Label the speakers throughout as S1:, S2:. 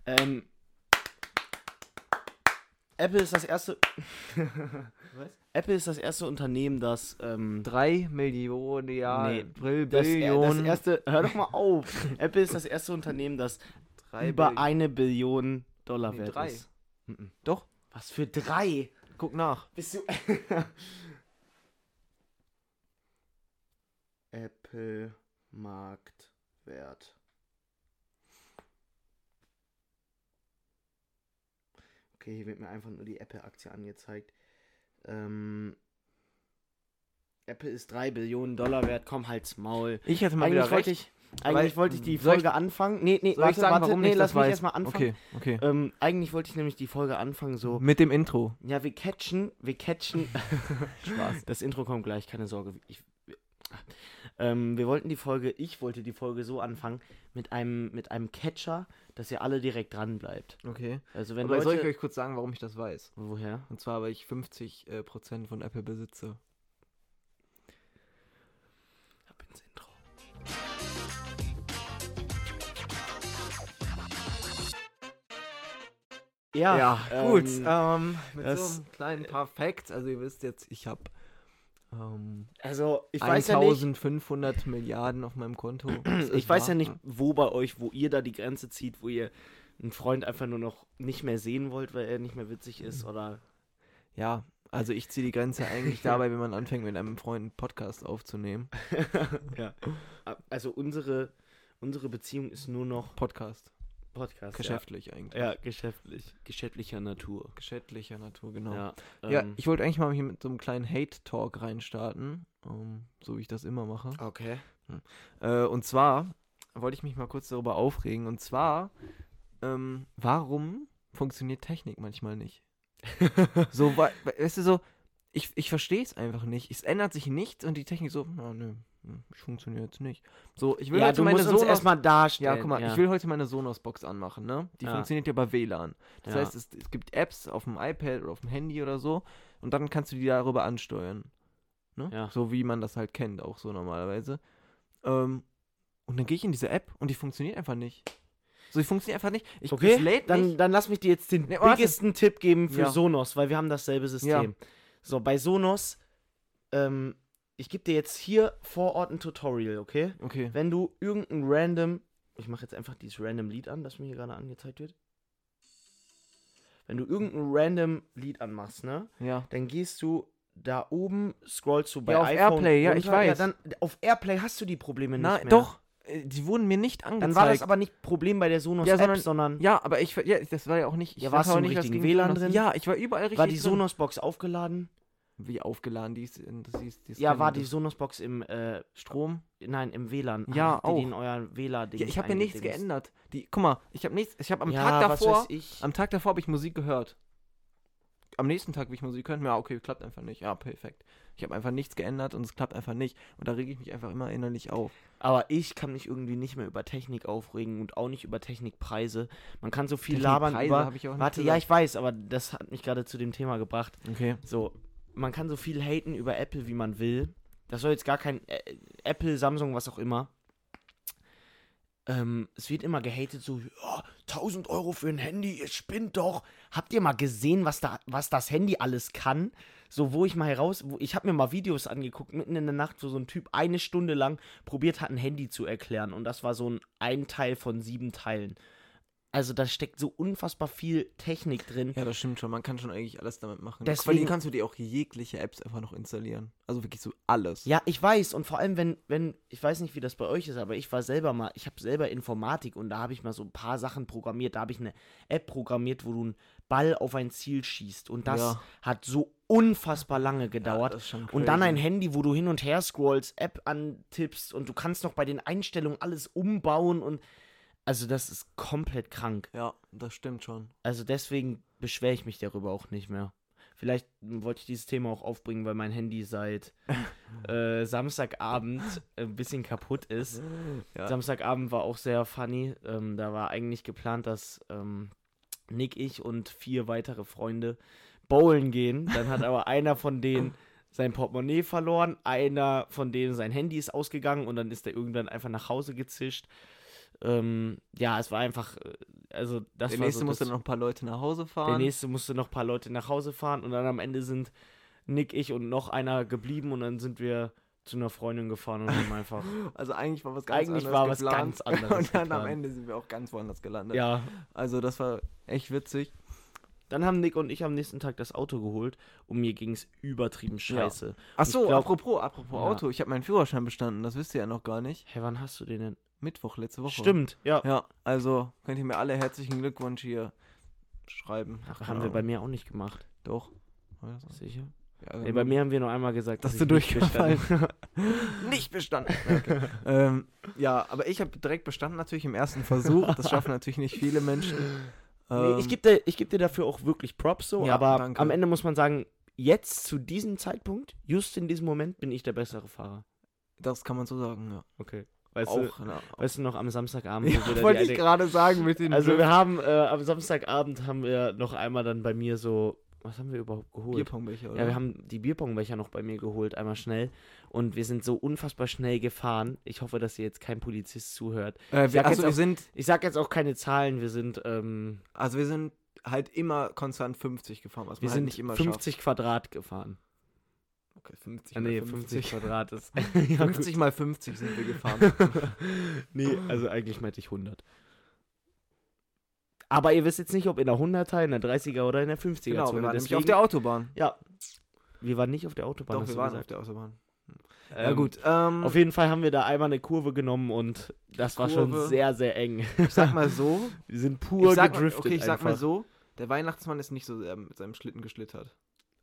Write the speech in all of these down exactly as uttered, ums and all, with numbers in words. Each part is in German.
S1: Ähm, Apple ist das erste.
S2: Was?
S1: Apple ist das erste Unternehmen, das. Ähm,
S2: Drei Millionen, ja.
S1: Nee,
S2: Brill,
S1: das,
S2: Billionen.
S1: das erste. Hör doch mal auf. Apple ist das erste Unternehmen, das
S2: drei
S1: über
S2: Bill-
S1: eine Billion Dollar
S2: Nee,
S1: wert
S2: drei.
S1: ist. Mhm.
S2: Doch,
S1: Was für drei?
S2: guck nach.
S1: Bist du. Apple Marktwert. Okay, hier wird mir einfach nur die Apple-Aktie angezeigt. Ähm, Apple ist drei Billionen Dollar wert. Komm, halt's Maul.
S2: Ich hatte mal
S1: Eigentlich
S2: wieder
S1: wollte
S2: recht.
S1: ich, eigentlich
S2: Weil-
S1: wollte ich die
S2: soll
S1: Folge
S2: ich-
S1: anfangen. Nee, nee,
S2: Soll
S1: warte,
S2: ich sagen,
S1: warte,
S2: warum
S1: nee,
S2: ich
S1: lass
S2: das
S1: mich
S2: weiß?
S1: erstmal anfangen.
S2: Okay, okay.
S1: Ähm, eigentlich wollte ich nämlich die Folge anfangen so.
S2: Mit dem Intro.
S1: Ja, wir catchen, wir catchen.
S2: Spaß.
S1: Das Intro kommt gleich, keine Sorge. Ich, ähm, wir wollten die Folge, ich wollte die Folge so anfangen, mit einem, mit einem Catcher, dass ihr alle direkt dran bleibt.
S2: Okay.
S1: Also wenn
S2: Aber
S1: Leute...
S2: soll ich euch kurz sagen, warum ich das weiß?
S1: Woher?
S2: Und zwar, weil ich fünfzig äh, Prozent von Apple besitze.
S1: Ab ins Intro. Ja,
S2: Ja, gut.
S1: ähm,
S2: Ähm, mit
S1: das-
S2: so einem kleinen paar Facts. Also ihr wisst jetzt, ich habe ähm,
S1: also ich weiß ja nicht,
S2: eintausendfünfhundert Milliarden auf meinem Konto. Das ist
S1: ich weiß ja
S2: wahr.
S1: nicht, wo bei euch, wo ihr da die Grenze zieht, wo ihr einen Freund einfach nur noch nicht mehr sehen wollt, weil er nicht mehr witzig ist oder...
S2: Ja, also ich ziehe die Grenze eigentlich dabei, wenn man anfängt, mit einem Freund einen Podcast aufzunehmen.
S1: Ja. Also unsere, unsere Beziehung ist nur noch
S2: Podcast.
S1: Podcast.
S2: Geschäftlich eigentlich.
S1: Ja, ja geschäftlich. Geschäftlicher Natur.
S2: Geschäftlicher Natur, genau.
S1: Ja,
S2: Ja,
S1: ähm,
S2: ich wollte eigentlich mal hier mit so einem kleinen Hate-Talk reinstarten, ähm, so wie ich das immer mache.
S1: okay.
S2: Äh, und zwar wollte ich mich mal kurz darüber aufregen. Und zwar, ähm, warum funktioniert Technik manchmal nicht? So, weil, weißt du, so, ich, ich verstehe es einfach nicht. Es ändert sich nichts und die Technik so, na, nö, hm, funktioniert jetzt nicht. So, ich will
S1: Ja,
S2: heute
S1: du
S2: meine
S1: musst uns
S2: Sonos...
S1: erstmal darstellen.
S2: Ja, guck mal, ich will heute meine Sonos-Box anmachen, ne? Die
S1: Ja.
S2: funktioniert ja bei W L A N. Das
S1: Ja.
S2: heißt, es, es gibt Apps auf dem iPad oder auf dem Handy oder so und dann kannst du die darüber ansteuern. Ne?
S1: Ja.
S2: So wie man das halt kennt, auch so normalerweise. Ähm, und dann gehe ich in diese App und die funktioniert einfach nicht. So, die funktioniert einfach nicht. Ich,
S1: Okay,
S2: es lädt
S1: dann,
S2: nicht.
S1: dann lass mich dir jetzt den
S2: Nee, warte.
S1: biggesten Tipp geben für
S2: Ja.
S1: Sonos, weil wir haben dasselbe System. So, bei Sonos, ähm, ich gebe dir jetzt hier vor Ort ein Tutorial, okay?
S2: Okay.
S1: Wenn du irgendein random, ich mache jetzt einfach dieses random Lied an, das mir hier gerade angezeigt wird. Wenn du irgendein random Lied anmachst, ne?
S2: Ja.
S1: Dann gehst du da oben, scrollst du bei
S2: Ja, auf
S1: iPhone
S2: Airplay, ja,
S1: runter.
S2: ich weiß.
S1: Ja, dann auf Airplay hast du die Probleme
S2: Na,
S1: nicht mehr.
S2: doch. äh, Die wurden mir nicht angezeigt.
S1: Dann war das aber nicht Problem bei der Sonos
S2: Ja,
S1: App,
S2: sondern-
S1: sondern,
S2: Ja, aber ich, ja, das war ja auch nicht. Ich
S1: Ja,
S2: weiß
S1: warst du
S2: aber
S1: im
S2: nicht, was
S1: richtigen
S2: gegen
S1: W L A N
S2: Sonos-
S1: drin?
S2: Ja, ich war überall richtig
S1: war die
S2: drin.
S1: Sonos-Box aufgeladen?
S2: Wie aufgeladen, die ist, das ist, das
S1: Ja,
S2: kann-
S1: war die
S2: das-
S1: Sonos-Box im, äh,
S2: Strom?
S1: nein, im W L A N.
S2: Ja,
S1: Habt ihr die
S2: auch.
S1: in euer W L A N-Ding
S2: Ja, ich habe mir nichts
S1: eingedingst?
S2: geändert. Die, guck mal, ich habe nichts, ich habe am
S1: ja,
S2: Tag
S1: was
S2: davor,
S1: weiß ich.
S2: am Tag davor habe ich Musik gehört. Am nächsten Tag, wie ich Musik hören, ja, okay, klappt einfach nicht. Ja, perfekt. Ich habe einfach nichts geändert und es klappt einfach nicht. Und da rege ich mich einfach immer innerlich auf.
S1: Aber ich kann mich irgendwie nicht mehr über Technik aufregen und auch nicht über Technikpreise. Man kann so viel
S2: Technikpreise
S1: labern über...
S2: habe ich auch nicht
S1: Warte, ja,
S2: gesagt.
S1: ich weiß, aber das hat mich gerade zu dem Thema gebracht.
S2: Okay.
S1: So, man kann so viel haten über Apple, wie man will. Das soll jetzt gar kein... Äh, Apple, Samsung, was auch immer. Ähm, es wird immer gehatet, so, ja, tausend Euro für ein Handy, ihr spinnt doch. Habt ihr mal gesehen, was, da, was das Handy alles kann? So, wo ich mal heraus, wo, ich habe mir mal Videos angeguckt, mitten in der Nacht, wo so ein Typ eine Stunde lang probiert hat, ein Handy zu erklären. Und das war so ein, ein Teil von sieben Teilen. Also da steckt so unfassbar viel Technik drin.
S2: Ja, das stimmt schon. Man kann schon eigentlich alles damit machen.
S1: Deswegen-
S2: Vor allem kannst du dir auch jegliche Apps einfach noch installieren. Also wirklich so alles.
S1: Ja, ich weiß. Und vor allem, wenn, wenn, ich weiß nicht, wie das bei euch ist, aber ich war selber mal, ich habe selber Informatik und da habe ich mal so ein paar Sachen programmiert. Da habe ich eine App programmiert, wo du einen Ball auf ein Ziel schießt. Und das
S2: Ja.
S1: hat so unfassbar lange
S2: Ja,
S1: gedauert.
S2: das ist schon
S1: Und dann
S2: crazy.
S1: ein Handy, wo du hin und her scrollst, App antippst und du kannst noch bei den Einstellungen alles umbauen und also das ist komplett krank.
S2: Ja, das stimmt schon.
S1: Also deswegen beschwere ich mich darüber auch nicht mehr. Vielleicht wollte ich dieses Thema auch aufbringen, weil mein Handy seit äh, Samstagabend ein bisschen kaputt ist.
S2: Ja.
S1: Samstagabend war auch sehr funny. Ähm, da war eigentlich geplant, dass ähm, Nick, ich und vier weitere Freunde bowlen gehen. Dann hat aber einer von denen sein Portemonnaie verloren, einer von denen sein Handy ist ausgegangen und dann ist er irgendwann einfach nach Hause gezischt. ähm, ja, es war einfach, äh, also das
S2: Der
S1: war
S2: nächste
S1: so
S2: musste
S1: das,
S2: noch ein paar Leute nach Hause
S1: der
S2: fahren.
S1: nächste musste noch ein paar Leute nach Hause fahren und dann am Ende sind Nick, ich und noch einer geblieben und dann sind wir zu einer Freundin gefahren und haben einfach,
S2: Also eigentlich war was ganz
S1: eigentlich
S2: anderes
S1: war was
S2: geplant.
S1: ganz anderes
S2: Und dann am
S1: geplant.
S2: Ende sind wir auch ganz woanders gelandet.
S1: ja.
S2: Also das war echt witzig.
S1: Dann haben Nick und ich am nächsten Tag das Auto geholt und mir ging es übertrieben scheiße.
S2: Achso,
S1: Ich glaub-
S2: apropos, apropos
S1: Ja.
S2: Auto. Ich habe meinen Führerschein bestanden. Das wisst ihr ja noch gar nicht.
S1: Hä, wann hast du den denn?
S2: Mittwoch, letzte Woche.
S1: Stimmt, ja.
S2: Ja, also könnt ihr mir alle herzlichen Glückwunsch hier schreiben. Ach,
S1: Haben wir bei mir auch nicht gemacht.
S2: Doch. War das so?
S1: Sicher?
S2: Ja,
S1: Nee, bei mir haben wir noch einmal gesagt,
S2: dass
S1: dass,
S2: du
S1: ich nicht
S2: durchgefallen
S1: bestanden-
S2: nicht bestanden. Okay. ähm, ja, aber ich habe direkt bestanden natürlich im ersten Versuch. Das schaffen natürlich nicht viele Menschen.
S1: Nee, ich gebe dir, ich geb dir dafür auch wirklich Props so,
S2: Ja,
S1: aber
S2: danke.
S1: am Ende muss man sagen, jetzt zu diesem Zeitpunkt, just in diesem Moment, bin ich der bessere Fahrer.
S2: Das kann man so sagen, ja.
S1: Okay. Weißt,
S2: Auch,
S1: du,
S2: na,
S1: weißt du noch am Samstagabend,
S2: ja,
S1: wo wir da
S2: wollte
S1: die
S2: ich
S1: eine-
S2: gerade sagen mit den
S1: Also wir haben, äh, am Samstagabend haben wir noch einmal dann bei mir so, was haben wir überhaupt geholt?
S2: Bierpongbecher, oder?
S1: Ja, wir haben die Bierpongbecher noch bei mir geholt, einmal schnell. Und wir sind so unfassbar schnell gefahren. Ich hoffe, dass hier jetzt kein Polizist zuhört.
S2: äh,
S1: sag
S2: wir,
S1: jetzt
S2: also wir
S1: auch-
S2: sind,
S1: Ich sag jetzt auch keine Zahlen, wir sind, ähm,
S2: also wir sind halt immer konstant fünfzig gefahren, was
S1: wir
S2: man halt
S1: sind
S2: nicht immer
S1: fünfzig Quadrat gefahren.
S2: schafft. Okay, fünfzig
S1: Ah,
S2: mal
S1: nee,
S2: fünfzig.
S1: fünfzig Quadrat ist. ja, gut.
S2: fünfzig mal fünfzig sind wir gefahren.
S1: Nee, also eigentlich meinte ich hundert. Aber ihr wisst jetzt nicht, ob in der hunderter, in der dreißiger oder in der fünfziger
S2: Genau,
S1: Zone.
S2: wir waren nämlich
S1: Deswegen-
S2: auf der Autobahn.
S1: Ja. Wir waren nicht auf der Autobahn,
S2: Doch,
S1: hast
S2: wir
S1: du
S2: waren
S1: gesagt.
S2: auf der Autobahn.
S1: Ähm,
S2: Ja gut, ähm,
S1: Auf jeden Fall haben wir da einmal eine Kurve genommen und das war schon
S2: Kurve.
S1: sehr, sehr eng.
S2: ich sag mal so,
S1: Wir sind pur
S2: ich sag mal,
S1: gedriftet
S2: okay, ich sag
S1: einfach.
S2: mal so, der Weihnachtsmann ist nicht so sehr mit seinem Schlitten geschlittert.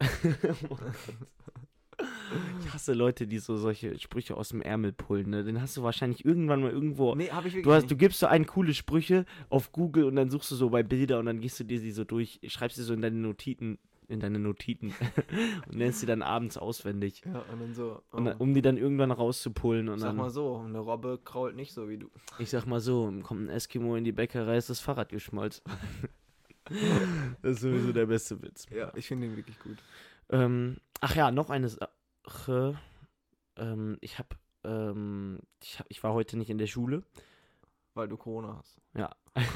S1: Ich hasse Leute, die so solche Sprüche aus dem Ärmel pullen. Ne? Den hast du wahrscheinlich irgendwann mal irgendwo.
S2: Nee, hab ich wirklich
S1: Du, hast,
S2: nicht.
S1: du gibst so ein coole Sprüche auf Google und dann suchst du so bei Bilder und dann gehst du dir die so durch, schreibst sie so in deine Notiten, in deine Notiten und nennst sie dann abends auswendig.
S2: Ja, und dann so, oh.
S1: Und dann, um die dann irgendwann rauszupullen und
S2: Sag
S1: dann,
S2: mal so, eine Robbe krault nicht so wie du.
S1: ich sag mal so, kommt einEskimo in die Bäckerei, ist das Fahrrad geschmolzen. Das ist sowieso der beste Witz.
S2: Ja, ich finde ihn wirklich gut.
S1: Ähm, ach ja, noch eine Sache. Ähm, ich hab, ähm, ich hab, ich war heute nicht in der Schule.
S2: Weil du Corona hast.
S1: Ja.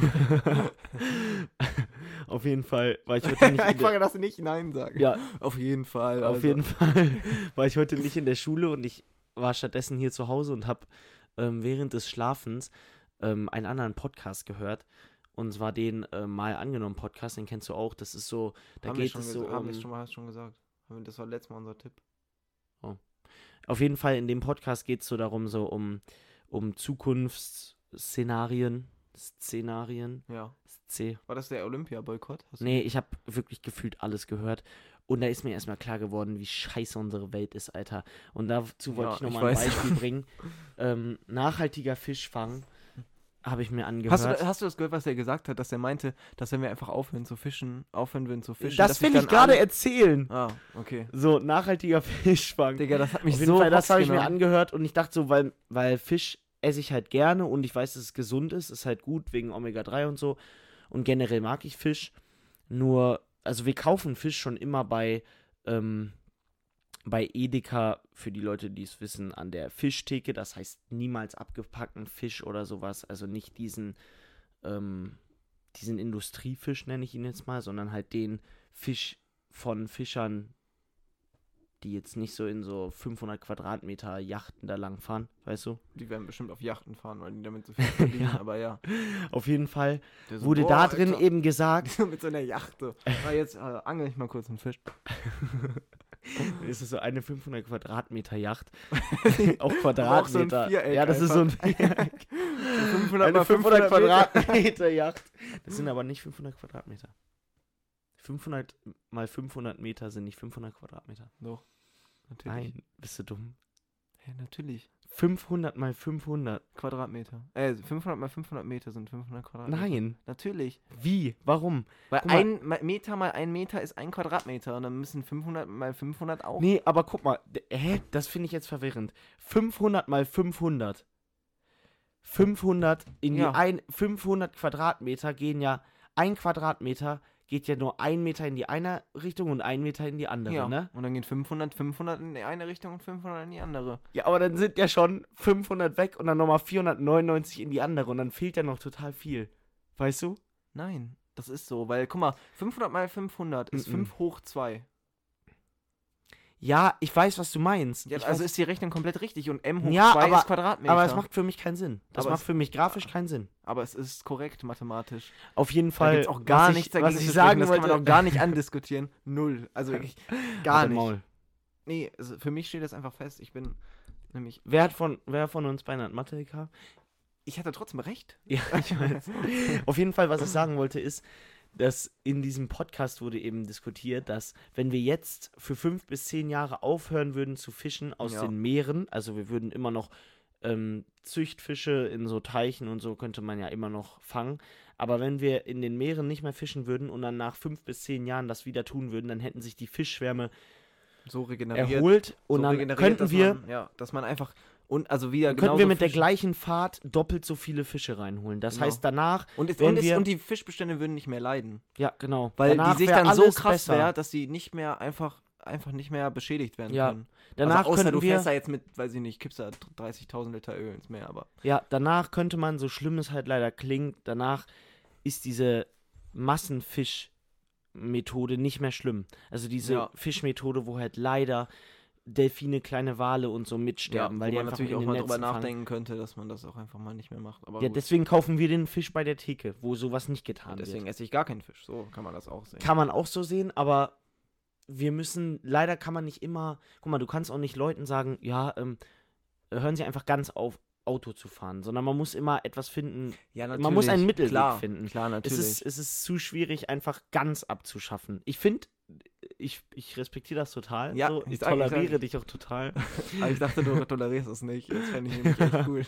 S1: Auf jeden Fall war ich heute nicht in
S2: Einfach,
S1: der,
S2: dass du nicht Nein sagen.
S1: ja,
S2: Auf jeden Fall.
S1: auf
S2: also.
S1: jeden Fall war ich heute nicht in der Schule und ich war stattdessen hier zu Hause und habe ähm, während des Schlafens ähm, einen anderen Podcast gehört. Und zwar den äh, Mal angenommen Podcast, den kennst du auch. Das ist so, da
S2: haben wir
S1: geht
S2: schon
S1: es
S2: gesa-
S1: so
S2: haben
S1: um,
S2: wir schon mal, hast schon gesagt. Haben wir- Das war letztes Mal unser Tipp.
S1: auf jeden Fall in dem Podcast geht es so darum, so um, um Zukunftsszenarien, Szenarien,
S2: Ja.
S1: C.
S2: War das der Olympia-Boykott? Hast du-
S1: Nee, ich habe wirklich gefühlt alles gehört. Und da ist mir erstmal klar geworden, wie scheiße unsere Welt ist, Alter. Und dazu wollte
S2: Ja,
S1: ich nochmal
S2: ich
S1: ein
S2: weiß.
S1: Beispiel bringen. Ähm, nachhaltiger Fischfang habe ich mir angehört.
S2: Hast du, hast du das gehört, was er gesagt hat, dass er meinte, dass wenn wir einfach aufhören zu fischen, aufhören würden zu fischen,
S1: das
S2: dass sich
S1: will ich
S2: dann
S1: gerade
S2: alle-
S1: erzählen.
S2: Ah, okay.
S1: So, nachhaltiger Fischfang.
S2: Digga, das hat mich
S1: Auf jeden
S2: so
S1: Fall, das
S2: hops
S1: habe ich mir
S2: genommen.
S1: angehört und ich dachte so, weil, weil Fisch esse ich halt gerne und ich weiß, dass es gesund ist, ist halt gut wegen Omega drei und so. Und generell mag ich Fisch. Nur, also wir kaufen Fisch schon immer bei, ähm, bei Edeka, für die Leute, die es wissen, an der Fischtheke. Das heißt niemals abgepackten Fisch oder sowas. Also nicht diesen, ähm, diesen Industriefisch, nenne ich ihn jetzt mal, sondern halt den Fisch von Fischern, die jetzt nicht so in so fünfhundert Quadratmeter Yachten da lang fahren, weißt du?
S2: Die werden bestimmt auf Yachten fahren, weil die damit so viel verdienen,
S1: Ja.
S2: aber ja.
S1: Auf jeden Fall
S2: Der so,
S1: wurde
S2: boah,
S1: da drin
S2: Alter.
S1: eben gesagt,
S2: mit so einer Yacht so. Ah, jetzt äh, angel ich mal kurz einen Fisch.
S1: ist es so eine fünfhundert Quadratmeter Yacht, auch
S2: auch so ein
S1: Quadratmeter.
S2: Viereck
S1: ja, das ist so ein Viereck.
S2: So fünfhundert
S1: Eine
S2: mal
S1: fünfhundert
S2: Meter.
S1: Quadratmeter Yacht. Das sind aber nicht fünfhundert Quadratmeter. fünfhundert mal fünfhundert Meter sind nicht fünfhundert Quadratmeter.
S2: Doch, natürlich.
S1: Nein, bist du dumm?
S2: Ja, natürlich.
S1: fünfhundert mal fünfhundert.
S2: Quadratmeter. Äh, fünfhundert mal fünfhundert Meter sind fünfhundert Quadratmeter.
S1: Nein.
S2: Natürlich.
S1: Wie? Warum?
S2: Weil
S1: Guck mal.
S2: ein Ma- Meter mal ein Meter ist ein Quadratmeter und dann müssen fünfhundert mal fünfhundert auch.
S1: Nee, aber guck mal. d- Hä? Das finde ich jetzt verwirrend. fünfhundert mal fünfhundert. fünfhundert in
S2: Ja.
S1: die ein, fünfhundert Quadratmeter gehen ja, ein Quadratmeter geht ja nur ein Meter in die eine Richtung und ein Meter in die andere,
S2: Ja,
S1: ne?
S2: und dann gehen fünfhundert, fünfhundert in die eine Richtung und fünfhundert in die andere.
S1: Ja, aber dann sind ja schon fünfhundert weg und dann nochmal vierhundertneunundneunzig in die andere und dann fehlt ja noch total viel. Weißt du?
S2: Nein, das ist so, weil, guck mal, fünfhundert mal fünfhundert ist
S1: Mhm.
S2: fünf hoch zwei.
S1: Ja, ich weiß, was du meinst.
S2: Ja,
S1: ich
S2: also
S1: weiß,
S2: ist die Rechnung komplett richtig und m hoch
S1: Ja,
S2: zwei
S1: aber-
S2: ist Quadratmeter.
S1: aber es macht für mich keinen Sinn. Das
S2: Aber
S1: macht
S2: es-
S1: für mich grafisch keinen Sinn.
S2: aber es ist korrekt mathematisch.
S1: Auf jeden
S2: Da
S1: Fall,
S2: gibt's auch gar
S1: was
S2: nichts
S1: ich,
S2: dagegen
S1: was ich
S2: zu
S1: sagen
S2: sprechen, das
S1: wollte.
S2: kann man auch gar nicht andiskutieren. Null. Also wirklich gar
S1: Halt
S2: nicht.
S1: Maul.
S2: Nee, also für mich steht das einfach fest. Ich bin nämlich,
S1: Wer, hat von, wer von uns beiden hat Mathe gehabt?
S2: ich hatte trotzdem recht.
S1: Ja, ich weiß. Auf jeden Fall, was ich sagen wollte, ist, dass in diesem Podcast wurde eben diskutiert, dass wenn wir jetzt für fünf bis zehn Jahre aufhören würden zu fischen aus
S2: Ja.
S1: den Meeren, also wir würden immer noch ähm, Züchtfische in so Teichen und so könnte man ja immer noch fangen, aber wenn wir in den Meeren nicht mehr fischen würden und dann nach fünf bis zehn Jahren das wieder tun würden, dann hätten sich die Fischschwärme
S2: So regeneriert.
S1: erholt und
S2: so
S1: dann
S2: regeneriert,
S1: könnten
S2: dass
S1: wir
S2: Man, ja, dass man einfach, und also wieder
S1: könnten wir
S2: genauso
S1: mit der
S2: fischen.
S1: gleichen Fahrt doppelt so viele Fische reinholen. Das
S2: Genau.
S1: heißt, danach,
S2: Und, es,
S1: wenn
S2: und, es,
S1: wir-
S2: und die Fischbestände würden nicht mehr leiden.
S1: ja genau,
S2: Weil
S1: danach
S2: die sich
S1: wär
S2: dann so
S1: alles
S2: krass
S1: besser.
S2: wäre, dass sie nicht mehr einfach, einfach nicht mehr beschädigt werden
S1: Ja.
S2: können.
S1: Danach
S2: also außer
S1: könnten
S2: du
S1: wir,
S2: fährst da jetzt mit, weiß ich nicht, kippst da dreißigtausend Liter Öl ins Meer, aber
S1: ja, danach könnte man, so schlimm es halt leider klingt, danach ist diese Massenfischmethode nicht mehr schlimm. Also diese
S2: Ja.
S1: Fischmethode, wo halt leider Delfine, kleine Wale und so mitsterben, weil
S2: wo
S1: die
S2: man
S1: einfach
S2: natürlich
S1: in
S2: auch
S1: den
S2: mal drüber
S1: Netzen fangen.
S2: nachdenken könnte, dass man das auch einfach mal nicht mehr macht. Aber
S1: Ja,
S2: gut.
S1: deswegen kaufen wir den Fisch bei der Theke, wo sowas nicht getan
S2: Und deswegen
S1: wird.
S2: esse ich gar keinen Fisch. So kann man das auch sehen.
S1: Kann man auch so sehen, aber wir müssen, leider kann man nicht immer, guck mal, du kannst auch nicht Leuten sagen, ja, ähm, hören Sie einfach ganz auf, Auto zu fahren, sondern man muss immer etwas finden.
S2: Ja,
S1: Man muss einen Mittelweg
S2: klar,
S1: finden.
S2: Klar,
S1: Es
S2: natürlich.
S1: ist, es ist zu schwierig, einfach ganz abzuschaffen. Ich finde, ich, ich respektiere das total.
S2: Ja,
S1: so.
S2: ich
S1: Ich
S2: sag- ich
S1: toleriere
S2: sag-
S1: dich auch total.
S2: Aber ich dachte, du tolerierst es nicht. Das fände ich nämlich echt cool.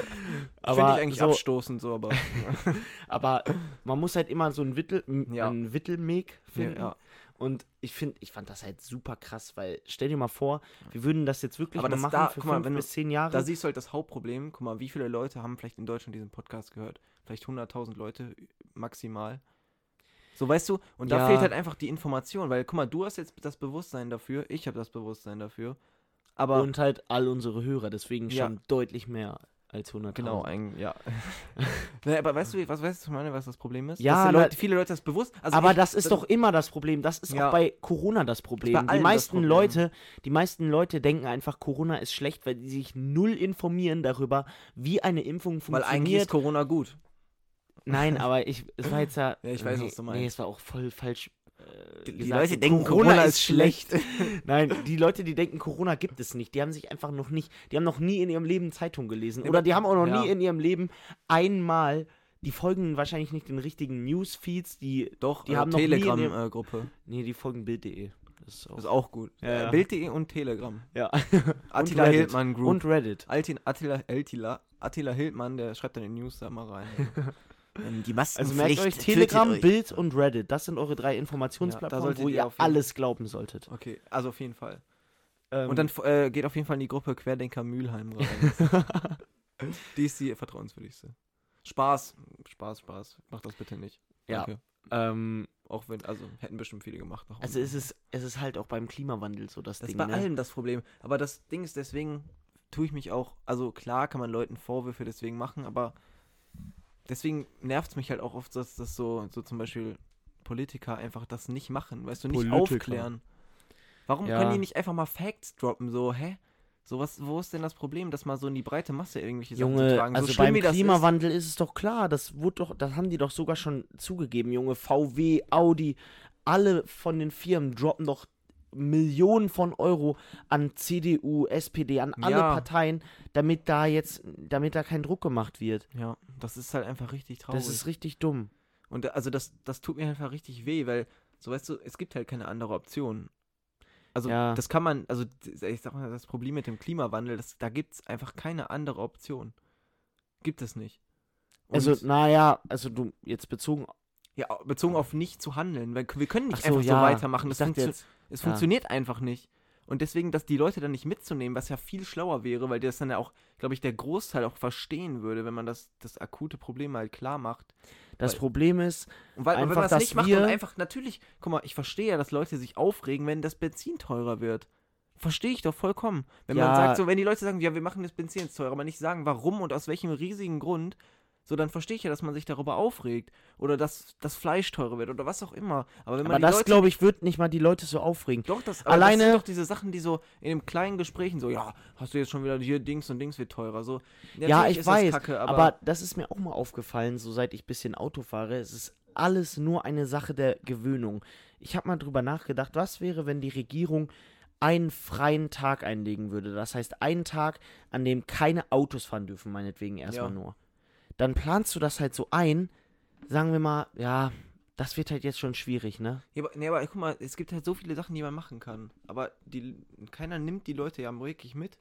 S1: Aber
S2: Finde ich eigentlich
S1: so-
S2: abstoßend so, aber.
S1: Aber man muss halt immer so einen, Wittel, m-
S2: Ja.
S1: einen Wittelweg finden.
S2: ja.
S1: Und ich finde, ich fand das halt super krass, weil stell dir mal vor, wir würden das jetzt wirklich
S2: Aber
S1: mal
S2: das
S1: machen
S2: da-
S1: für
S2: guck mal,
S1: fünf
S2: wenn du-
S1: bis zehn Jahre.
S2: Da siehst du halt das Hauptproblem. Guck mal, wie viele Leute haben vielleicht in Deutschland diesen Podcast gehört? Vielleicht hunderttausend Leute maximal. So, weißt du? Und da
S1: Ja.
S2: fehlt halt einfach die Information, weil, guck mal, du hast jetzt das Bewusstsein dafür, ich habe das Bewusstsein dafür. Aber.
S1: und halt all unsere Hörer, deswegen
S2: Ja.
S1: schon deutlich mehr als hunderttausend.
S2: Genau, ein, ja. naja, aber weißt du, was weißt du, meine, was das Problem ist?
S1: Ja,
S2: Dass die
S1: na-
S2: Leute, viele Leute das bewusst. Also
S1: aber
S2: ich-
S1: das ist doch immer das Problem. Das ist
S2: Ja.
S1: auch bei Corona das Problem.
S2: bei
S1: Die
S2: allem das
S1: meisten
S2: Problem.
S1: Leute, die meisten Leute denken einfach, Corona ist schlecht, weil die sich null informieren darüber, wie eine Impfung
S2: Weil
S1: funktioniert.
S2: eigentlich ist Corona gut.
S1: Nein, aber ich, es war jetzt ja.
S2: Ja, ich weiß,
S1: nee,
S2: was du meinst.
S1: Nee, es war auch voll falsch. Äh,
S2: Die
S1: gesagt.
S2: Leute denken, Corona ist schlecht.
S1: Nein, die Leute, die denken, Corona gibt es nicht, die haben sich einfach noch nicht, die haben noch nie in ihrem Leben Zeitung gelesen.
S2: Ja,
S1: Oder
S2: aber-
S1: die haben auch noch
S2: ja.
S1: nie in ihrem Leben einmal, die folgen wahrscheinlich nicht den richtigen Newsfeeds, die,
S2: Doch,
S1: Die
S2: äh,
S1: haben noch nie in dem-
S2: Telegram-Gruppe.
S1: nee, die folgen Bild punkt de. Das ist auch,
S2: ist auch gut.
S1: Ja, ja.
S2: Äh, Bild punkt de und Telegram.
S1: ja.
S2: Attila
S1: Reddit.
S2: Hildmann Group.
S1: Und Reddit.
S2: Altin, Attila, Attila, Attila Hildmann, der schreibt dann in den News da mal rein. Ähm, Die
S1: Also merkt euch, Telegram, Bild und Reddit, das sind eure drei Informationsplattformen,
S2: solltet
S1: wo
S2: ihr
S1: ihr
S2: auf jeden-
S1: alles glauben solltet.
S2: Okay, also auf jeden Fall.
S1: Ähm,
S2: Und dann äh, geht auf jeden Fall in die Gruppe Querdenker Mülheim rein. Die ist die vertrauenswürdigste. Spaß, Spaß, Spaß. Mach das bitte nicht.
S1: Ja.
S2: Danke.
S1: ähm,
S2: Auch wenn, also hätten bestimmt viele gemacht. Nach
S1: also
S2: unten.
S1: es ist, es ist halt auch beim Klimawandel so das,
S2: Das
S1: Ding,
S2: ist bei
S1: ne?
S2: allem das Problem. Aber das Ding ist, deswegen tue ich mich auch, also klar kann man Leuten Vorwürfe deswegen machen, aber deswegen nervt es mich halt auch oft, dass das so, so zum Beispiel Politiker einfach das nicht machen, weißt du, nicht
S1: Politiker.
S2: aufklären. Warum
S1: Ja.
S2: können die nicht einfach mal Facts droppen, so, hä? So was, wo ist denn das Problem, das mal so in die breite Masse irgendwelche Sachen zu
S1: Junge,
S2: tragen?
S1: also
S2: so schlimm
S1: beim
S2: wie das ist,
S1: Klimawandel ist, es doch klar, das wurde doch, das haben die doch sogar schon zugegeben, Junge, V W, Audi, alle von den Firmen droppen doch Millionen von Euro an C D U, S P D, an alle
S2: Ja.
S1: Parteien, damit da jetzt, damit da kein Druck gemacht wird.
S2: ja, das ist halt einfach richtig traurig.
S1: Das ist richtig dumm.
S2: Und da- also das, das tut mir einfach richtig weh, weil, so weißt du, es gibt halt keine andere Option. Also
S1: Ja.
S2: das kann man, also d- ich sag mal, das Problem mit dem Klimawandel, das, da gibt es einfach keine andere Option. Gibt es nicht. Und,
S1: Also, naja, also du, jetzt bezogen,
S2: ja, bezogen auf nicht zu handeln, weil wir können nicht
S1: ach so,
S2: einfach
S1: ja,
S2: so weitermachen.
S1: ich
S2: Das
S1: dachte
S2: funktio
S1: jetzt,
S2: es
S1: ja.
S2: funktioniert einfach nicht. Und deswegen, dass die Leute dann nicht mitzunehmen, was ja viel schlauer wäre, weil das dann ja auch, glaube ich, der Großteil auch verstehen würde, wenn man das, das akute Problem halt klar macht.
S1: Das
S2: Weil-
S1: Problem ist,
S2: Und weil, und wenn
S1: einfach,
S2: man es
S1: dass
S2: nicht macht
S1: wir-
S2: und einfach, natürlich, guck mal, ich verstehe ja, dass Leute sich aufregen, wenn das Benzin teurer wird. Verstehe ich doch vollkommen. Wenn man
S1: Ja.
S2: sagt, so, wenn die Leute sagen, ja, wir machen das Benzin jetzt teurer, aber nicht sagen, warum und aus welchem riesigen Grund, so, dann verstehe ich ja, dass man sich darüber aufregt. Oder dass das Fleisch teurer wird oder was auch immer. Aber wenn man
S1: aber
S2: die
S1: das,
S2: Leute
S1: glaube ich, wird nicht mal die Leute so aufregen.
S2: Doch, das, aber
S1: Alleine-
S2: das sind doch diese Sachen, die so in den kleinen Gesprächen so, ja, hast du jetzt schon wieder hier Dings und Dings wird teurer. So,
S1: Ja,
S2: natürlich
S1: ich
S2: ist das
S1: weiß,
S2: Kacke,
S1: aber,
S2: aber,
S1: das ist mir auch mal aufgefallen, so seit ich ein bisschen Auto fahre. Es ist alles nur eine Sache der Gewöhnung. Ich habe mal drüber nachgedacht, was wäre, wenn die Regierung einen freien Tag einlegen würde. Das heißt, einen Tag, an dem keine Autos fahren dürfen, meinetwegen erstmal
S2: Ja.
S1: nur. Dann planst du das halt so ein, sagen wir mal, ja, das wird halt jetzt schon schwierig, ne?
S2: ja, aber, nee, aber guck mal, es gibt halt so viele Sachen, die man machen kann. Aber die, keiner nimmt die Leute ja wirklich mit.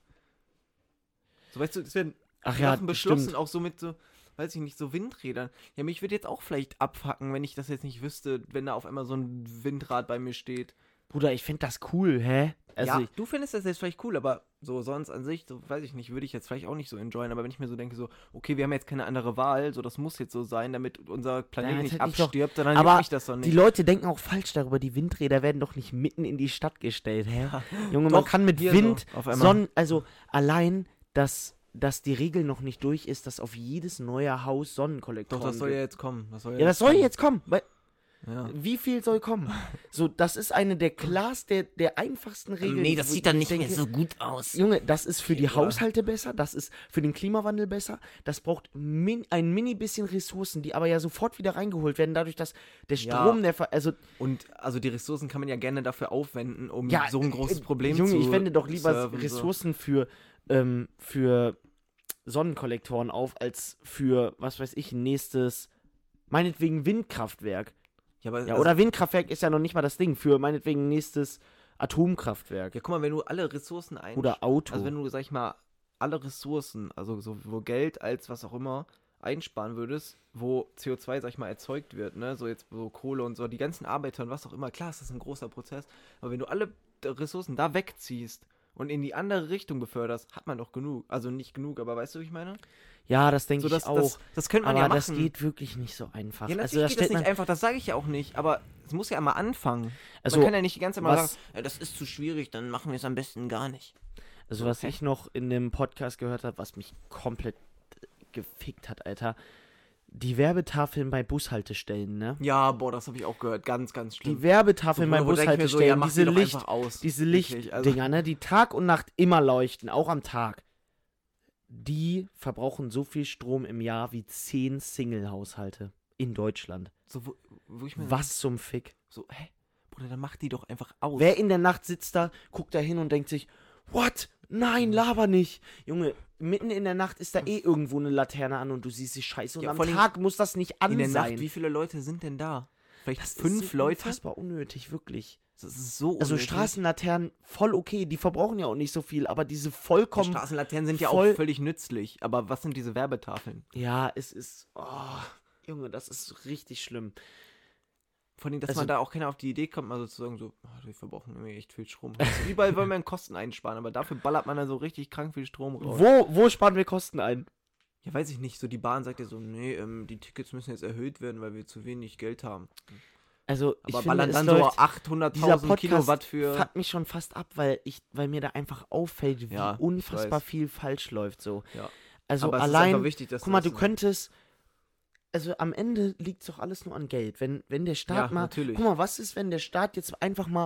S2: So, weißt du, es werden
S1: Ach ja,
S2: Sachen beschlossen,
S1: stimmt.
S2: auch so mit so, weiß ich nicht, so Windrädern. Ja, mich würde jetzt auch vielleicht abfacken, wenn ich das jetzt nicht wüsste, wenn da auf einmal so ein Windrad bei mir steht.
S1: Bruder, ich finde das cool, hä? Also,
S2: ja, du findest das jetzt vielleicht cool, aber so sonst an sich, so weiß ich nicht, würde ich jetzt vielleicht auch nicht so enjoyen, aber wenn ich mir so denke, so, okay, wir haben jetzt keine andere Wahl, so das muss jetzt so sein, damit unser Planet
S1: Ja,
S2: nicht
S1: jetzt hätte ich doch-
S2: abstirbt, dann
S1: aber
S2: juckt mich das doch
S1: die
S2: nicht.
S1: Leute denken auch falsch darüber. Die Windräder werden doch nicht mitten in die Stadt gestellt, hä? Junge, man
S2: Doch,
S1: kann mit
S2: hier
S1: Wind,
S2: so, auf einmal.
S1: Sonnen, also allein, dass, dass die Regel noch nicht durch ist, dass auf jedes neue Haus Sonnenkollektoren
S2: Doch, das soll ja
S1: gibt.
S2: jetzt kommen. Das soll ja,
S1: Ja, das soll jetzt kommen. Weil,
S2: Ja.
S1: wie viel soll kommen? So, das ist eine der klarst, der, der einfachsten Regeln.
S3: Nee, das
S1: wo
S3: sieht dann
S1: ich
S3: nicht mehr
S1: denke,
S3: so gut aus.
S1: Junge, das ist für die
S2: Ja.
S1: Haushalte besser, das ist für den Klimawandel besser, das braucht min, ein mini bisschen Ressourcen, die aber ja sofort wieder reingeholt werden, dadurch, dass der
S2: Ja.
S1: Strom, der, Ver- also,
S2: Und also die Ressourcen kann man ja gerne dafür aufwenden, um
S1: ja,
S2: so ein großes
S1: äh,
S2: Problem
S1: Junge,
S2: zu
S1: ich wende doch lieber
S2: surfen, so.
S1: Ressourcen für, ähm, für Sonnenkollektoren auf, als für, was weiß ich, ein nächstes, meinetwegen Windkraftwerk.
S2: Ja, aber
S1: Ja,
S2: also,
S1: oder Windkraftwerk ist ja noch nicht mal das Ding, für meinetwegen ein nächstes Atomkraftwerk.
S2: ja, guck mal, wenn du alle Ressourcen ein
S1: Oder Auto.
S2: Also wenn du, sag ich mal, alle Ressourcen, also sowohl Geld als was auch immer, einsparen würdest, wo C O zwei, sag ich mal, erzeugt wird, ne, so jetzt so Kohle und so, die ganzen Arbeiter und was auch immer, klar ist das ein großer Prozess, aber wenn du alle Ressourcen da wegziehst und in die andere Richtung beförderst, hat man doch genug. Also nicht genug, aber weißt du, wie ich meine?
S1: ja, das denke
S2: So,
S1: ich
S2: das,
S1: auch.
S2: das, das könnte man
S1: aber
S2: ja machen.
S1: das geht wirklich nicht so einfach.
S2: Ja,
S1: also,
S2: natürlich
S1: da
S2: geht das
S1: stellt
S2: nicht
S1: man,
S2: einfach, das sage ich ja auch nicht, aber es muss ja einmal anfangen.
S1: also,
S2: man kann ja nicht die ganze Zeit mal
S1: was,
S2: sagen,
S3: Ja, das ist zu schwierig, dann machen wir es am besten gar nicht.
S1: also was
S2: Okay.
S1: ich noch in dem Podcast gehört habe, was mich komplett äh, gefickt hat, Alter. Die Werbetafeln bei Bushaltestellen, ne?
S2: ja, boah, das habe ich auch gehört, ganz, ganz schlimm.
S1: Die Werbetafeln bei
S2: wo denk ich mir
S1: Bushaltestellen,
S2: so, ja, mach
S1: diese
S2: die doch
S1: Licht,
S2: einfach aus.
S1: diese
S2: Wirklich,
S1: Lichtdinger,
S2: also-
S1: ne, die Tag und Nacht immer leuchten, auch am Tag. Die verbrauchen so viel Strom im Jahr wie zehn Single-Haushalte in Deutschland.
S2: So, wo, wo ich mir
S1: Was zum Fick?
S2: so, hä? Bruder, dann mach die doch einfach aus.
S1: Wer in der Nacht sitzt da, guckt da hin und denkt sich, what? Nein, laber nicht. Junge, mitten in der Nacht ist da eh irgendwo eine Laterne an und du siehst die Scheiße. Und
S2: Ja,
S1: am
S2: vor allem
S1: Tag muss das nicht an
S2: in der
S1: sein.
S2: Nacht, wie viele Leute sind denn da? Vielleicht
S1: das
S2: fünf
S1: ist so
S2: Leute?
S1: unfassbar unnötig, wirklich.
S2: Das ist so
S1: Also
S2: unnötig.
S1: Straßenlaternen, voll okay, die verbrauchen ja auch nicht so viel, aber diese
S2: Die
S1: vollkommen...
S2: Straßenlaternen sind ja
S1: voll-
S2: auch völlig nützlich. Aber was sind diese Werbetafeln?
S1: Ja, es ist... Oh, Junge, das ist richtig schlimm.
S2: Vor allem, dass
S1: Also-
S2: man da auch keiner auf die Idee kommt, mal sozusagen so, oh, wir verbrauchen irgendwie echt viel Strom. Also überall wollen wir Kosten einsparen, aber dafür ballert man dann so richtig krank viel Strom raus.
S1: Wo, wo sparen wir Kosten ein?
S2: Ja, weiß ich nicht. So die Bahn sagt ja so, nee, ähm, die Tickets müssen jetzt erhöht werden, weil wir zu wenig Geld haben.
S1: Also, ich
S2: Aber
S1: finde,
S2: ballern
S1: es
S2: dann so
S1: läuft... Dieser
S2: achthunderttausend
S1: Podcast
S2: Kilowatt für...
S1: fuckt mich schon fast ab, weil ich, weil mir da einfach auffällt, wie
S2: Ja, ich
S1: unfassbar
S2: weiß.
S1: viel falsch läuft so.
S2: Ja.
S1: Also
S2: aber es ist
S1: allein,
S2: einfach wichtig, dass
S1: guck mal, du
S2: das-
S1: könntest, also am Ende liegt doch alles nur an Geld. Wenn, wenn der Staat
S2: Ja,
S1: mal,
S2: natürlich.
S1: guck mal, was ist, wenn der Staat jetzt einfach mal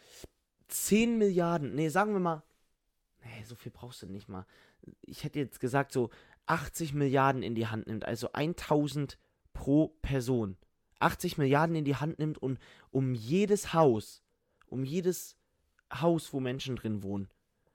S1: zehn Milliarden, nee, sagen wir mal, nee, so viel brauchst du nicht mal. Ich hätte jetzt gesagt, so achtzig Milliarden in die Hand nimmt, also tausend pro Person. achtzig Milliarden in die Hand nimmt und um jedes Haus, um jedes Haus, wo Menschen drin wohnen,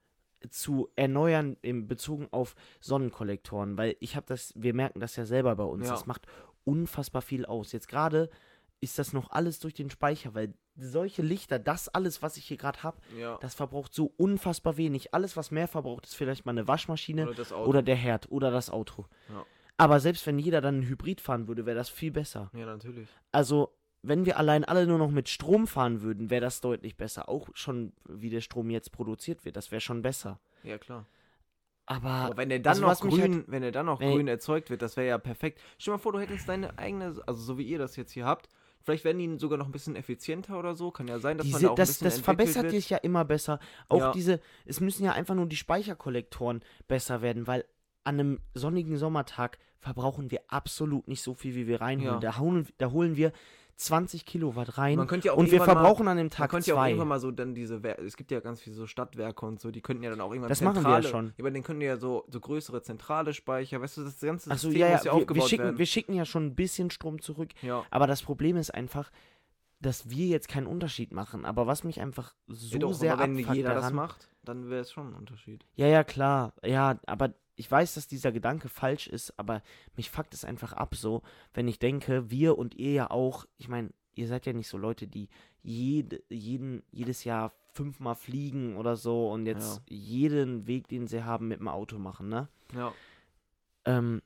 S1: zu erneuern in bezogen auf Sonnenkollektoren, weil ich habe das, wir merken das ja selber bei uns,
S2: Ja.
S1: das macht unfassbar viel aus. Jetzt gerade ist das noch alles durch den Speicher, weil solche Lichter, das alles, was ich hier gerade habe,
S2: Ja.
S1: das verbraucht so unfassbar wenig. Alles, was mehr verbraucht, ist vielleicht mal eine Waschmaschine
S2: Oder das Auto.
S1: oder der Herd oder das Auto.
S2: Ja.
S1: Aber selbst wenn jeder dann einen Hybrid fahren würde, wäre das viel besser.
S2: Ja, natürlich.
S1: Also, wenn wir allein alle nur noch mit Strom fahren würden, wäre das deutlich besser. Auch schon, wie der Strom jetzt produziert wird, das wäre schon besser.
S2: Ja, klar.
S1: Aber,
S2: Aber wenn der dann
S1: also
S2: noch
S1: was mich
S2: grün,
S1: halt-
S2: wenn der dann noch
S1: wenn-
S2: grün erzeugt wird, das wäre ja perfekt. Stell dir mal vor, du hättest deine eigene, also so wie ihr das jetzt hier habt, vielleicht werden die sogar noch ein bisschen effizienter oder so. Kann ja sein, dass man
S1: diese,
S2: da auch ein
S1: das,
S2: bisschen
S1: das
S2: entwickelt
S1: verbessert
S2: wird.
S1: sich ja immer besser. Auch
S2: Ja.
S1: diese, es müssen ja einfach nur die Speicherkollektoren besser werden, weil an einem sonnigen Sommertag verbrauchen wir absolut nicht so viel, wie wir reinholen.
S2: Ja.
S1: Da, holen, da holen wir zwanzig Kilowatt rein
S2: Man könnte ja auch
S1: und wir
S2: irgendwann mal-
S1: verbrauchen an dem
S2: Man
S1: Tag
S2: könnte ja auch
S1: zwei.
S2: irgendwann mal so dann diese, Wer es gibt ja ganz viele so Stadtwerke und so, die könnten ja dann auch irgendwann
S1: Das machen wir ja
S2: zentrale,
S1: schon.
S2: Ja, aber den können ja so, so größere zentrale Speicher, weißt du, das ganze
S1: Achso,
S2: System
S1: ja,
S2: muss ja
S1: ja, wir,
S2: aufgebaut
S1: wir, schicken,
S2: werden.
S1: wir schicken ja schon ein bisschen Strom zurück.
S2: ja.
S1: Aber das Problem ist einfach, dass wir jetzt keinen Unterschied machen. Aber was mich einfach so
S2: ja, doch,
S1: sehr
S2: aber wenn
S1: abfuckt
S2: jeder das
S1: daran,
S2: macht, dann wäre es schon ein Unterschied.
S1: Ja, ja, klar. Ja, aber ich weiß, dass dieser Gedanke falsch ist, aber mich fuckt es einfach ab so, wenn ich denke, wir und ihr ja auch, ich meine, ihr seid ja nicht so Leute, die jede, jeden, jedes Jahr fünfmal fliegen oder so und jetzt jeden Weg, den sie haben, mit dem Auto machen, ne?
S2: Ja.
S1: Ähm,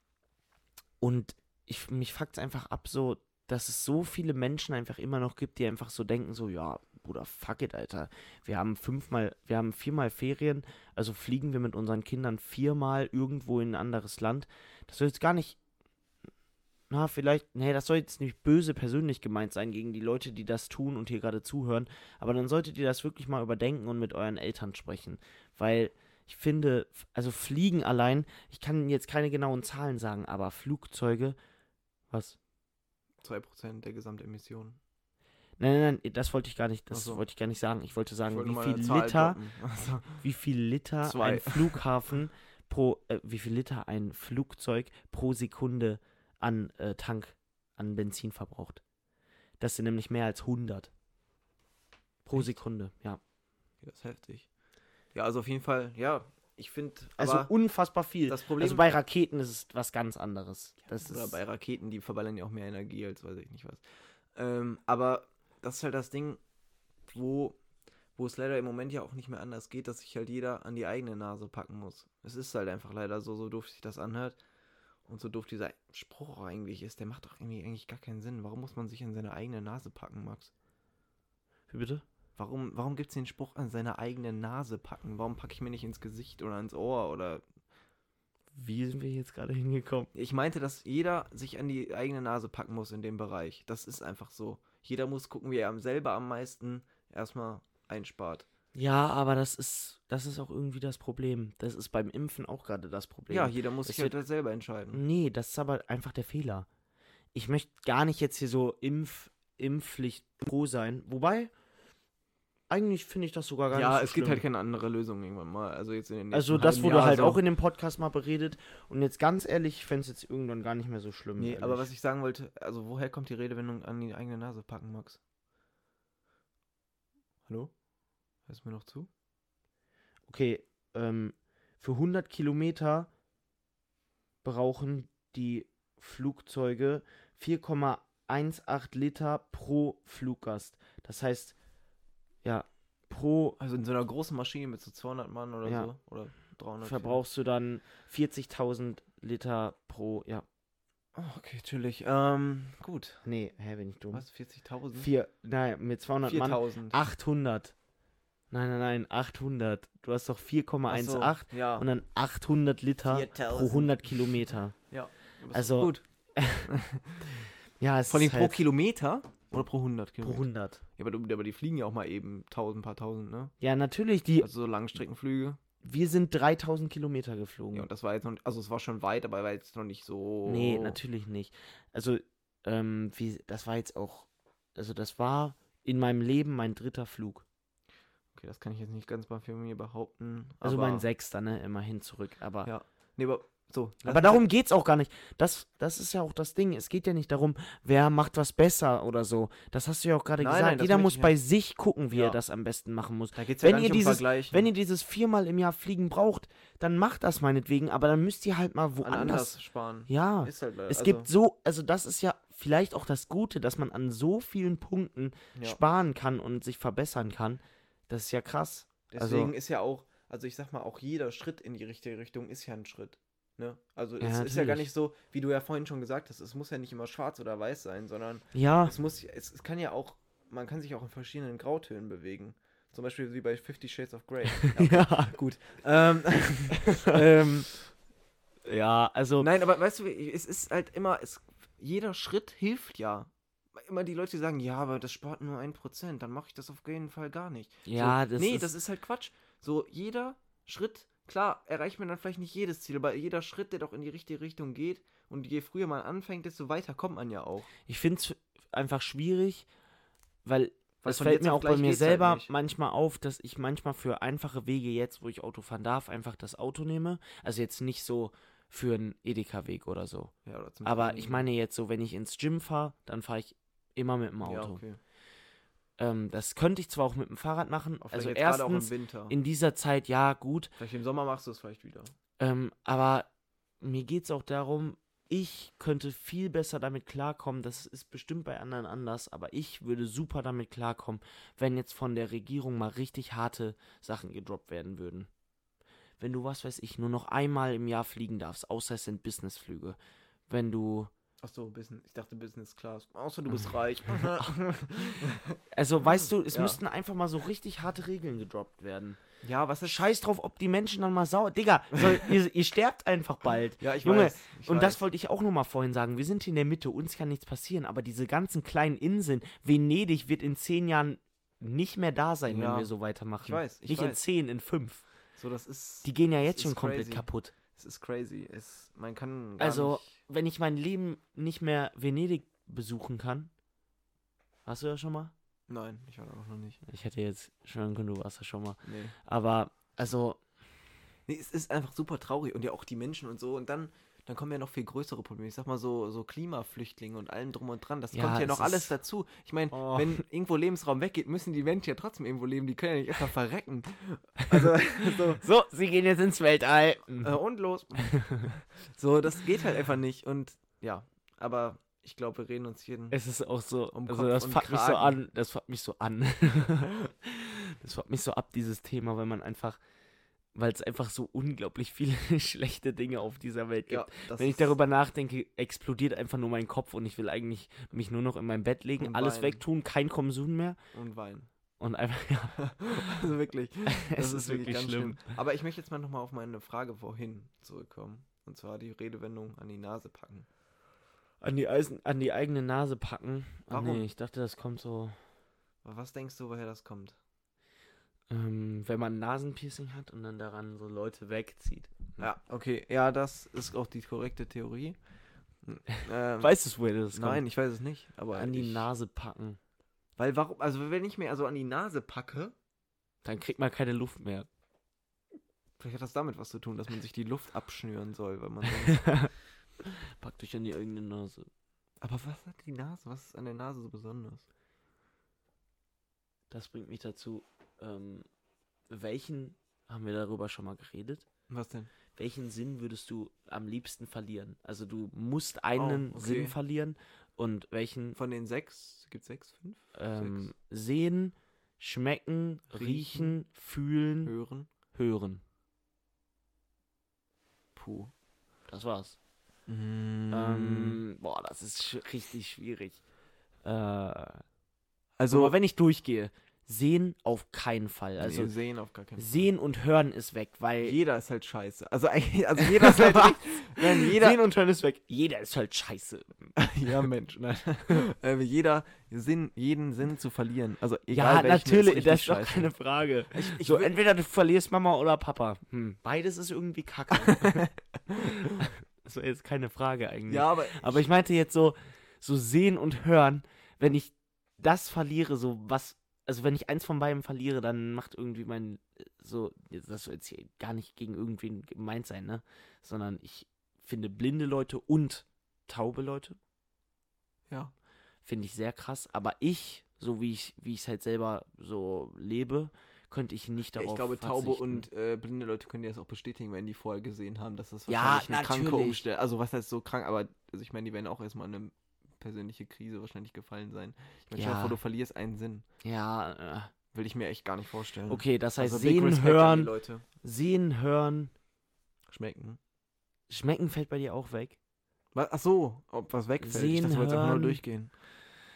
S1: und ich, mich fuckt es einfach ab so, dass es so viele Menschen einfach immer noch gibt, die einfach so denken, so, ja, Bruder, fuck it, Alter. Wir haben fünfmal, wir haben viermal Ferien, also fliegen wir mit unseren Kindern viermal irgendwo in ein anderes Land. Das soll jetzt gar nicht, na, vielleicht, nee, das soll jetzt nicht böse persönlich gemeint sein gegen die Leute, die das tun und hier gerade zuhören, aber dann solltet ihr das wirklich mal überdenken und mit euren Eltern sprechen, weil ich finde, also Fliegen allein, ich kann jetzt keine genauen Zahlen sagen, aber Flugzeuge, was?
S2: zwei Prozent der Gesamtemissionen.
S1: Nein, nein, nein, das wollte ich gar nicht, das
S2: Ach so.
S1: wollte ich gar nicht sagen. Ich wollte sagen,
S2: Ich wollte
S1: wie
S2: nur mal
S1: viel
S2: eine Zahl
S1: Liter,
S2: droppen. Also,
S1: wie viel Liter
S2: Zwei.
S1: ein Flughafen pro, äh, wie viel Liter ein Flugzeug pro Sekunde an äh, Tank, an Benzin verbraucht. Das sind nämlich mehr als hundert. Pro
S2: Echt?
S1: Sekunde, ja.
S2: das ist heftig. Ja, also auf jeden Fall, ja, ich finde,
S1: Also
S2: aber
S1: unfassbar viel.
S2: das Problem,
S1: Also bei Raketen ist es was ganz anderes. Das
S2: oder
S1: ist,
S2: bei Raketen, die verballern ja auch mehr Energie als weiß ich nicht was. Ähm, aber das ist halt das Ding, wo, wo es leider im Moment ja auch nicht mehr anders geht, dass sich halt jeder an die eigene Nase packen muss. Es ist halt einfach leider so, so doof sich das anhört und so doof dieser Spruch auch eigentlich ist, der macht doch irgendwie eigentlich gar keinen Sinn. Warum muss man sich an seine eigene Nase packen, Max?
S1: wie bitte?
S2: Warum, warum gibt es den Spruch an seine eigene Nase packen? Warum packe ich mir nicht ins Gesicht oder ins Ohr oder...
S1: Wie sind wir jetzt gerade hingekommen?
S2: Ich meinte, dass jeder sich an die eigene Nase packen muss in dem Bereich. Das ist einfach so. Jeder muss gucken, wie er am selber am meisten erstmal einspart.
S1: Ja, aber das ist, das ist auch irgendwie das Problem. Das ist beim Impfen auch gerade das Problem.
S2: Ja, jeder muss
S1: Es
S2: sich halt
S1: wird-
S2: selber entscheiden.
S1: Nee, das ist aber einfach der Fehler. Ich möchte gar nicht jetzt hier so Impf, Impfpflicht pro sein. Wobei, eigentlich finde ich das sogar gar
S2: Ja,
S1: nicht so
S2: es gibt
S1: schlimm.
S2: halt keine andere Lösung irgendwann mal. Also jetzt in den nächsten
S1: Also das
S2: halben
S1: wurde
S2: Jahr
S1: halt
S2: so.
S1: auch in dem Podcast mal beredet. Und jetzt ganz ehrlich, ich fände es jetzt irgendwann gar nicht mehr so schlimm.
S2: Nee,
S1: ehrlich.
S2: aber was ich sagen wollte, also woher kommt die Redewendung an die eigene Nase packen, Max? Hallo? Hörst du mir noch zu?
S1: Okay, ähm, für hundert Kilometer brauchen die Flugzeuge vier Komma achtzehn Liter pro Fluggast. Das heißt, ja, pro
S2: Also in so einer großen Maschine mit so zweihundert Mann oder
S1: Ja.
S2: so. Oder dreihundert.
S1: verbrauchst du dann vierzigtausend Liter pro, ja,
S2: Oh, okay, chillig. Ähm, gut.
S1: nee, hä, bin ich dumm.
S2: Was? vierzigtausend?
S1: Vier, nein, mit zweihundert Mann,
S2: viertausend.
S1: achthundert. Nein, nein, nein, achthundert. Du hast doch vier Komma
S2: Ach so,
S1: achtzehn
S2: ja.
S1: und dann achthundert Liter pro
S3: viertausend.
S1: hundert Kilometer.
S2: Ja. Das
S1: Also,
S2: ist gut.
S1: Ja, es
S2: Vor allem
S1: ist
S2: pro
S1: halt
S2: Kilometer oder pro hundert
S1: pro
S2: Kilometer?
S1: hundert.
S2: Ja, aber, du- aber die fliegen ja auch mal eben tausend, paar tausend, ne?
S1: Ja, natürlich, die,
S2: Also so Langstreckenflüge.
S1: wir sind dreitausend Kilometer geflogen.
S2: Ja, und das war jetzt noch, also es war schon weit, aber war jetzt noch nicht so.
S1: Nee, natürlich nicht. Also, ähm, wie, das war jetzt auch, also das war in meinem Leben mein dritter Flug.
S2: Okay, das kann ich jetzt nicht ganz mal für mich behaupten.
S1: Also
S2: aber,
S1: mein sechster, ne, immerhin zurück. Aber,
S2: Ja. Nee, aber so. lass
S1: aber
S2: uns-
S1: darum geht's auch gar nicht. Das, das ist ja auch das Ding. Es geht ja nicht darum, wer macht was besser oder so. Das hast du ja auch gerade
S2: Nein,
S1: gesagt.
S2: nein, das
S1: Jeder
S2: möchte
S1: muss
S2: ich
S1: bei
S2: nicht.
S1: sich gucken, wie
S2: Ja.
S1: er das am besten machen muss.
S2: Da geht's ja
S1: wenn
S2: gar
S1: ihr
S2: nicht um
S1: dieses-
S2: Vergleichen.
S1: Wenn ihr dieses viermal im Jahr fliegen braucht, dann macht das meinetwegen, aber dann müsst ihr halt mal
S2: An
S1: woanders.
S2: anders sparen.
S1: Ja.
S2: Ist halt,
S1: Es
S2: also,
S1: gibt so, also das ist ja vielleicht auch das Gute, dass man an so vielen Punkten
S2: ja.
S1: sparen kann und sich verbessern kann. Das ist ja krass.
S2: Deswegen
S1: also-
S2: ist ja auch, also ich sag mal, auch jeder Schritt in die richtige Richtung ist ja ein Schritt. Ne? Also
S1: Ja,
S2: es ist ja gar
S1: natürlich.
S2: nicht so, wie du ja vorhin schon gesagt hast, es muss ja nicht immer schwarz oder weiß sein, sondern
S1: Ja,
S2: es muss, es, es kann ja auch, man kann sich auch in verschiedenen Grautönen bewegen. Zum Beispiel wie bei Fifty Shades of Grey.
S1: Ja,
S2: Gut. Ähm,
S1: ähm, ja, also.
S2: Nein, aber weißt du, es ist halt immer, es, jeder Schritt hilft ja. Immer die Leute, die sagen, ja, aber das spart nur ein Prozent, dann mache ich das auf jeden Fall gar nicht.
S1: Ja,
S2: so,
S1: das
S2: nee,
S1: ist-
S2: das ist halt Quatsch. So, jeder Schritt, klar, erreicht man dann vielleicht nicht jedes Ziel, aber jeder Schritt, der doch in die richtige Richtung geht und je früher man anfängt, desto weiter kommt man ja auch.
S1: Ich finde es einfach schwierig, weil
S2: Weil
S1: es
S2: von
S1: fällt
S2: jetzt
S1: mir
S2: auf
S1: auch bei
S2: gleich
S1: mir
S2: geht's halt
S1: selber
S2: nicht.
S1: manchmal auf, dass ich manchmal für einfache Wege jetzt, wo ich Auto fahren darf, einfach das Auto nehme. Also jetzt nicht so für einen Edeka-Weg oder so.
S2: Ja, oder zum
S1: Aber
S2: Training.
S1: ich meine jetzt so, wenn ich ins Gym fahre, dann fahre ich immer mit dem Auto.
S2: Ja, okay.
S1: ähm, das könnte ich zwar auch mit dem Fahrrad machen.
S2: Auch
S1: Also
S2: vielleicht jetzt gerade auch im
S1: erstens,
S2: Winter.
S1: in dieser Zeit, ja, gut.
S2: Vielleicht im Sommer machst du es vielleicht wieder.
S1: Ähm, aber mir geht es auch darum, ich könnte viel besser damit klarkommen, das ist bestimmt bei anderen anders, aber ich würde super damit klarkommen, wenn jetzt von der Regierung mal richtig harte Sachen gedroppt werden würden. Wenn du, was weiß ich, nur noch einmal im Jahr fliegen darfst, außer es sind Businessflüge. Wenn du,
S2: Achso, Business. Ich dachte Business Class. Außer du bist reich.
S1: also weißt du, es
S2: Ja.
S1: müssten einfach mal so richtig harte Regeln gedroppt werden.
S2: Ja, was ist.
S1: Scheiß drauf, ob die Menschen dann mal sauer. Digga, soll, ihr, ihr sterbt einfach bald.
S2: Ja, ich
S1: Junge,
S2: weiß. Ich
S1: und
S2: weiß.
S1: das wollte ich auch nochmal vorhin sagen. Wir sind hier in der Mitte, uns kann nichts passieren, aber diese ganzen kleinen Inseln, Venedig wird in zehn Jahren nicht mehr da sein,
S2: Ja.
S1: wenn wir so weitermachen.
S2: Ich weiß, ich
S1: nicht in
S2: weiß.
S1: zehn, in fünf.
S2: So, das ist.
S1: Die gehen ja
S2: das
S1: jetzt
S2: ist
S1: schon komplett
S2: crazy.
S1: kaputt.
S2: Es ist crazy. Es, man kann. Gar
S1: Also,
S2: nicht,
S1: wenn ich mein Leben nicht mehr Venedig besuchen kann. Warst du da schon mal?
S2: nein, ich war da noch nicht.
S1: Ich hätte jetzt schwören können, du warst da schon mal.
S2: Nee.
S1: Aber, also,
S2: Nee, es ist einfach super traurig und ja auch die Menschen und so. Und dann, dann kommen ja noch viel größere Probleme. Ich sag mal so, so Klimaflüchtlinge und allem drum und dran. Das
S1: Ja,
S2: kommt ja
S1: es
S2: noch alles
S1: ist-
S2: dazu. Ich meine,
S1: Oh.
S2: wenn irgendwo Lebensraum weggeht, müssen die Menschen ja trotzdem irgendwo leben. Die können ja nicht einfach verrecken. Also, so.
S1: so, sie gehen jetzt ins Weltall.
S2: Äh, und los. So, das geht halt einfach nicht. Und ja, aber ich glaube, wir reden uns jeden.
S1: Es ist auch so,
S2: Um
S1: also
S2: Kopf
S1: das
S2: und
S1: fuckt mich so
S2: Kragen.
S1: an, das fuckt mich so an. Das fuckt mich so ab, dieses Thema, weil man einfach, weil es einfach so unglaublich viele schlechte Dinge auf dieser Welt gibt.
S2: Ja, das
S1: Wenn ich
S2: ist-
S1: darüber nachdenke, explodiert einfach nur mein Kopf und ich will eigentlich mich nur noch in mein Bett legen,
S2: Und
S1: alles
S2: weinen.
S1: wegtun, kein Konsum mehr
S2: Und weinen.
S1: und einfach, ja,
S2: Also wirklich.
S1: es ist wirklich
S2: ganz
S1: schlimm.
S2: Aber ich möchte jetzt mal nochmal auf meine Frage vorhin zurückkommen. Und zwar die Redewendung an die Nase packen.
S1: An die, Eisen, an die eigene Nase packen. Ah,
S2: Warum?
S1: nee, ich dachte, das kommt so,
S2: Aber was denkst du, woher das kommt?
S1: ähm, wenn man ein Nasenpiercing hat und dann daran so Leute wegzieht.
S2: Ja, okay. Ja, das ist auch die korrekte Theorie. Ähm,
S1: Weißt du, woher das kommt?
S2: nein, ich weiß es nicht. Aber
S1: An die
S2: ich,
S1: Nase packen.
S2: Weil warum, also wenn ich mir also an die Nase packe,
S1: Dann kriegt man keine Luft mehr.
S2: vielleicht hat das damit was zu tun, dass man sich die Luft abschnüren soll, weil man sonst.
S1: Packt euch an die eigene Nase.
S2: Aber was hat die Nase? Was ist an der Nase so besonders?
S1: Das bringt mich dazu, ähm, welchen, haben wir darüber schon mal geredet?
S2: Was denn?
S1: Welchen Sinn würdest du am liebsten verlieren? Also du musst einen
S2: Oh, okay.
S1: Sinn verlieren und welchen
S2: Von den sechs, gibt es sechs, fünf?
S1: ähm, sehen, schmecken, riechen,
S2: Riechen,
S1: fühlen,
S2: Hören?
S1: hören.
S2: Puh.
S1: Das war's.
S2: Mm.
S1: Ähm, boah, das ist sch richtig schwierig. Äh,
S2: also,
S1: aber wenn ich durchgehe, sehen auf keinen Fall. Also
S2: nee, sehen auf gar keinen Fall.
S1: sehen und hören ist weg, weil
S2: Jeder ist halt scheiße. Also, eigentlich- also jeder ist halt richtig. Nein, jeder.
S1: sehen und hören ist weg. Jeder ist halt scheiße.
S2: Ja, Mensch, nein. äh, jeder Sinn, jeden Sinn zu verlieren. Also egal
S1: Ja,
S2: welchen,
S1: natürlich,
S2: richtig
S1: das ist doch
S2: scheiße.
S1: keine Frage.
S2: Ich, ich
S1: So,
S2: will-
S1: entweder du verlierst Mama oder Papa. Hm, beides ist irgendwie kacke. Das war jetzt keine Frage eigentlich.
S2: ja, aber,
S1: Aber ich meinte jetzt so, so sehen und hören, wenn ich das verliere, so was, also wenn ich eins von beiden verliere, dann macht irgendwie mein, äh, so, das soll jetzt hier gar nicht gegen irgendwen gemeint sein, ne? Sondern ich finde blinde Leute und taube Leute,
S2: ja.
S1: finde ich sehr krass. Aber ich, so wie ich, wie ich es halt selber so lebe, könnte ich nicht darauf
S2: Ich glaube, taube
S1: verzichten.
S2: und äh, blinde Leute können dir das auch bestätigen, wenn die vorher gesehen haben, dass das
S1: Ja,
S2: wahrscheinlich eine kranke
S1: natürlich.
S2: Umstände. Also was heißt so krank, aber also ich meine, die werden auch erstmal in eine persönliche Krise wahrscheinlich gefallen sein. Ich meine, stell dir
S1: Ja.
S2: vor, du verlierst einen Sinn.
S1: Ja, äh,
S2: Will ich mir echt gar nicht vorstellen.
S1: okay, das heißt
S2: also big
S1: sehen,
S2: Respekt an die
S1: hören,
S2: Leute.
S1: sehen, hören,
S2: Schmecken.
S1: schmecken fällt bei dir auch weg.
S2: Was? Ach so, ob was wegfällt. ich
S1: Sehen,
S2: dachte, du wolltest einfach nur
S1: hören.
S2: durchgehen.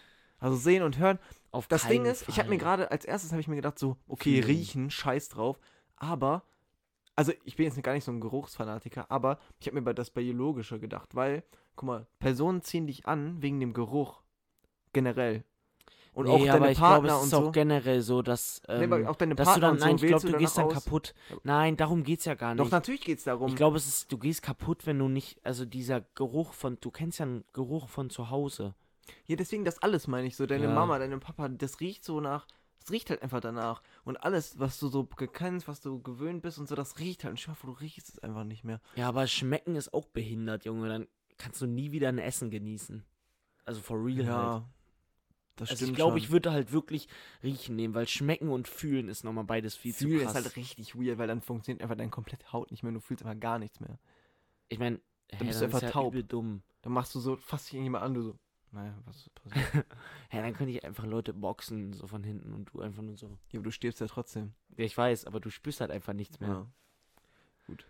S2: Also sehen und hören.
S1: Auf
S2: Das Ding
S1: keinen
S2: ist, ich habe mir
S1: Fall.
S2: gerade, als erstes habe ich mir gedacht so, okay,
S1: Fühlen.
S2: riechen, scheiß drauf. Aber, also ich bin jetzt gar nicht so ein Geruchsfanatiker, aber ich habe mir bei das Biologische gedacht, weil, guck mal, Personen ziehen dich an wegen dem Geruch. Generell. Und
S1: Nee,
S2: auch
S1: aber
S2: deine
S1: ich glaube,
S2: Partner
S1: es
S2: und
S1: ist
S2: so.
S1: auch generell so, dass,
S2: Nee,
S1: ähm,
S2: aber auch deine
S1: dass du
S2: Partner
S1: dann,
S2: und so,
S1: nein, ich
S2: wählst
S1: glaube,
S2: du
S1: du gehst dann
S2: danach aus?
S1: kaputt. Nein, darum geht's ja gar
S2: Doch,
S1: nicht.
S2: natürlich geht's darum.
S1: Ich glaube, es ist, du gehst kaputt, wenn du nicht, also dieser Geruch von, du kennst ja einen Geruch von zu Hause.
S2: Ja, deswegen das alles meine ich so. Deine
S1: Ja.
S2: Mama, deine Papa, das riecht so nach. Es riecht halt einfach danach. Und alles, was du so gekennst, was du gewöhnt bist und so, das riecht halt. Und ich hoffe, du riechst es einfach nicht mehr.
S1: Ja, aber Schmecken ist auch behindert, Junge. Dann kannst du nie wieder ein Essen genießen. Also for real halt.
S2: Ja, das
S1: Also
S2: stimmt
S1: ich glaube,
S2: schon.
S1: ich würde halt wirklich riechen nehmen, weil Schmecken und Fühlen ist nochmal beides viel
S2: Fühlen
S1: zu
S2: ist
S1: krass.
S2: halt richtig weird, weil dann funktioniert einfach deine komplette Haut nicht mehr. Du fühlst einfach gar nichts mehr.
S1: Ich meine,
S2: Dann
S1: hä,
S2: bist
S1: dann
S2: du
S1: ist
S2: einfach
S1: ja
S2: taub.
S1: übel dumm.
S2: Dann machst du so, fasst dich irgendjemand an, du so. Naja, was ist passiert?
S1: Ja, dann könnte ich einfach Leute boxen, so von hinten und du einfach nur so.
S2: Ja, aber du stirbst ja trotzdem.
S1: Ja, ich weiß, aber du spürst halt einfach nichts mehr.
S2: Ja. Gut.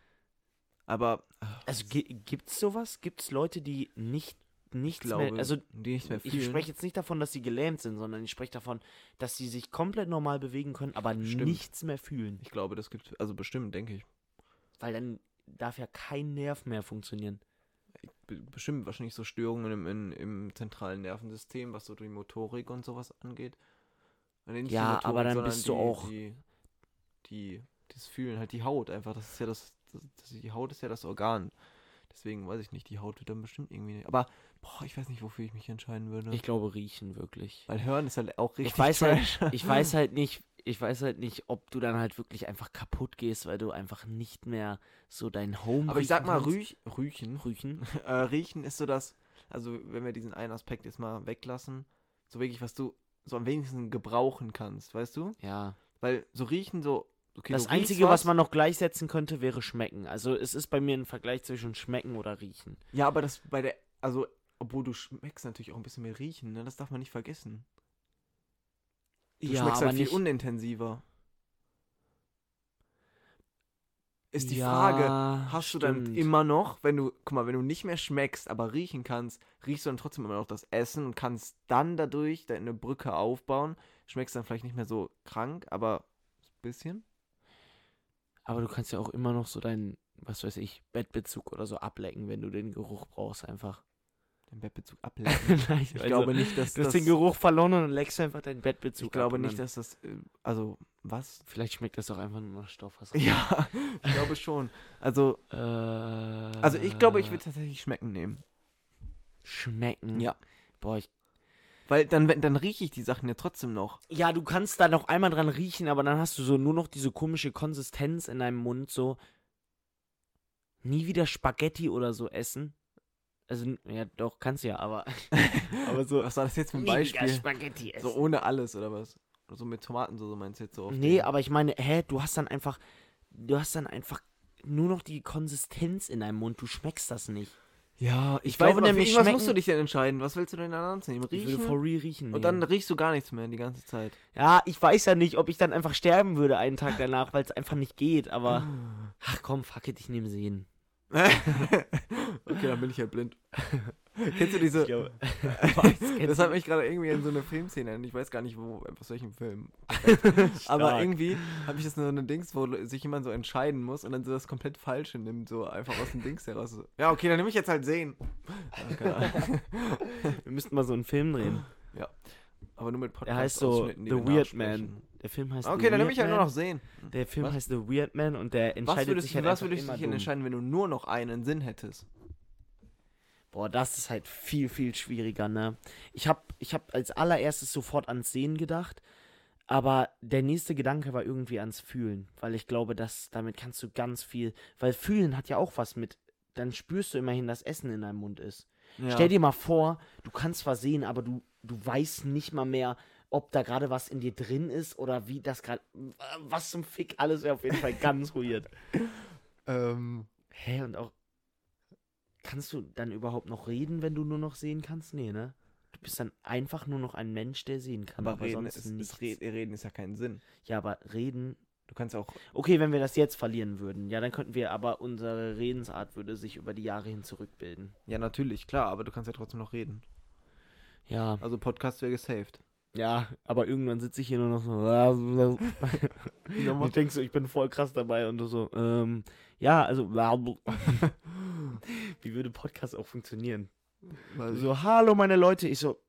S2: Aber. ach,
S1: Also gi- gibt's sowas? Gibt's Leute, die nicht
S2: ich
S1: nichts
S2: glaube,
S1: mehr, also
S2: die nicht mehr fühlen.
S1: ich spreche jetzt nicht davon, dass sie gelähmt sind, sondern ich spreche davon, dass sie sich komplett normal bewegen können, aber
S2: Stimmt.
S1: nichts mehr fühlen.
S2: Ich glaube, das gibt also bestimmt, denke ich.
S1: Weil dann darf ja kein Nerv mehr funktionieren.
S2: Be- Bestimmt wahrscheinlich so Störungen im, in, im zentralen Nervensystem, was so die Motorik und sowas angeht. Nee, nicht die
S1: Ja, aber dann
S2: sondern
S1: bist du
S2: die,
S1: auch-
S2: Die, die, das Fühlen, halt die Haut einfach. Das ist ja das, das, das, die Haut ist ja das Organ. Deswegen weiß ich nicht, die Haut wird dann bestimmt irgendwie nicht. Aber, boah, ich weiß nicht, wofür ich mich entscheiden würde.
S1: Ich glaube, riechen wirklich.
S2: Weil Hören ist halt auch richtig
S1: Ich weiß
S2: trash.
S1: halt, ich weiß halt nicht, ich weiß halt nicht, ob du dann halt wirklich einfach kaputt gehst, weil du einfach nicht mehr so dein Home
S2: Aber ich sag mal,
S1: riechen
S2: Rüch, Rüchen,
S1: kannst. Riechen.
S2: äh, Riechen ist so das, also wenn wir diesen einen Aspekt jetzt mal weglassen, so wirklich, was du so am wenigsten gebrauchen kannst, weißt du?
S1: Ja.
S2: Weil so Riechen so, okay,
S1: Das
S2: du riechst
S1: Einzige, was man noch gleichsetzen könnte, wäre Schmecken. Also es ist bei mir ein Vergleich zwischen Schmecken oder Riechen.
S2: Ja, aber das bei der, also, obwohl du schmeckst natürlich auch ein bisschen mehr riechen, ne? Das darf man nicht vergessen. Du
S1: ja,
S2: schmeckst
S1: aber
S2: halt viel
S1: nicht,
S2: unintensiver. Ist die
S1: ja,
S2: Frage, hast du dann
S1: stimmt.
S2: immer noch, wenn du, guck mal, wenn du nicht mehr schmeckst, aber riechen kannst, riechst du dann trotzdem immer noch das Essen und kannst dann dadurch deine Brücke aufbauen. Schmeckst dann vielleicht nicht mehr so krank, aber ein bisschen.
S1: Aber du kannst ja auch immer noch so deinen, was weiß ich, Bettbezug oder so ablecken, wenn du den Geruch brauchst einfach.
S2: Den Bettbezug ablecken.
S1: Nein,
S2: Ich
S1: also,
S2: glaube nicht, dass
S1: du hast
S2: das...
S1: den Geruch verloren und dann leckst du einfach deinen Bettbezug
S2: Ich glaube
S1: ab und
S2: nicht,
S1: dann,
S2: dass das... äh, Also, was?
S1: Vielleicht schmeckt das auch einfach nur nach Stoff.
S2: Ja, ich glaube schon. Also,
S1: Äh,
S2: also ich glaube, ich würde tatsächlich schmecken nehmen.
S1: schmecken.
S2: Ja.
S1: Boah, ich,
S2: Weil dann, wenn- dann rieche ich die Sachen ja trotzdem noch.
S1: ja, du kannst da noch einmal dran riechen, aber dann hast du so nur noch diese komische Konsistenz in deinem Mund, so nie wieder Spaghetti oder so essen. Also, n- ja, doch, kannst ja, aber, aber so,
S2: Was war das jetzt für ein
S1: nie wieder
S2: Beispiel?
S1: Spaghetti essen.
S2: So ohne alles, oder was? Oder so mit Tomatensoße meinst du jetzt so oft?
S1: Nee, aber ich meine, hä, du hast dann einfach, du hast dann einfach nur noch die Konsistenz in deinem Mund, du schmeckst das nicht.
S2: Ja, ich,
S1: Ich
S2: weiß
S1: glaube
S2: aber,
S1: nämlich,
S2: was
S1: schmecken-
S2: musst du dich denn entscheiden? Was willst du denn dann anziehen?
S1: Ich würde
S2: Riechen?
S1: for real riechen.
S2: Und dann
S1: nehmen.
S2: riechst du gar nichts mehr die ganze Zeit.
S1: Ja, ich weiß ja nicht, ob ich dann einfach sterben würde einen Tag danach, weil es einfach nicht geht, aber, ach komm, fuck it, ich nehme Sehen.
S2: Okay, dann bin ich ja blind. Kennst du diese...
S1: Ich glaube,
S2: Das hat mich gerade irgendwie in so eine Filmszene erinnert. Ich weiß gar nicht, wo, aus welchem Film. Aber
S1: Stark.
S2: irgendwie habe ich das nur eine Dings, wo sich jemand so entscheiden muss und dann so das komplett Falsche nimmt, so einfach aus dem Dings heraus. So. Ja, okay, dann nehme ich jetzt halt Sehen. Ja, keine Ahnung.
S1: Wir müssten mal so einen Film drehen.
S2: Aber nur mit
S1: Der heißt so
S2: Podcast-Ausschnitten, die
S1: The
S2: wir
S1: Weird
S2: nachsprechen.
S1: Man. Der Film heißt
S2: Okay,
S1: The
S2: dann nehme
S1: Weird
S2: ich halt nur
S1: Man.
S2: noch Sehen.
S1: Der Film
S2: Was?
S1: heißt The Weird Man und der
S2: Was
S1: entscheidet
S2: würdest,
S1: sich
S2: du,
S1: halt
S2: was
S1: einfach
S2: würdest du
S1: immer
S2: dich
S1: dumm.
S2: entscheiden, wenn du nur noch einen Sinn hättest?
S1: Boah, das ist halt viel, viel schwieriger, ne? Ich hab, ich hab als allererstes sofort ans Sehen gedacht, aber der nächste Gedanke war irgendwie ans Fühlen, weil ich glaube, dass damit kannst du ganz viel, weil Fühlen hat ja auch was mit, dann spürst du immerhin, dass Essen in deinem Mund ist.
S2: Ja.
S1: Stell dir mal vor, du kannst zwar sehen, aber du, du weißt nicht mal mehr, ob da gerade was in dir drin ist oder wie das gerade, was zum Fick, alles wäre auf jeden Fall ganz weird.
S2: Ähm,
S1: Hä, und auch, kannst du dann überhaupt noch reden, wenn du nur noch sehen kannst? Nee, ne? Du bist dann einfach nur noch ein Mensch, der sehen kann,
S2: aber
S1: aber,
S2: reden
S1: sonst
S2: ist,
S1: nichts.
S2: ist, Re- reden ist ja kein Sinn.
S1: Ja, aber reden,
S2: Du kannst auch...
S1: okay, wenn wir das jetzt verlieren würden, ja, dann könnten wir, aber unsere Redensart würde sich über die Jahre hin zurückbilden.
S2: Ja, natürlich, klar, aber du kannst ja trotzdem noch reden.
S1: Ja,
S2: Also Podcast wäre gesaved.
S1: ja, aber irgendwann sitze ich hier nur noch so. Und ich denk so, ich bin voll krass dabei und du so, ähm, ja, also, wie würde Podcast auch funktionieren? So, hallo meine Leute, ich so,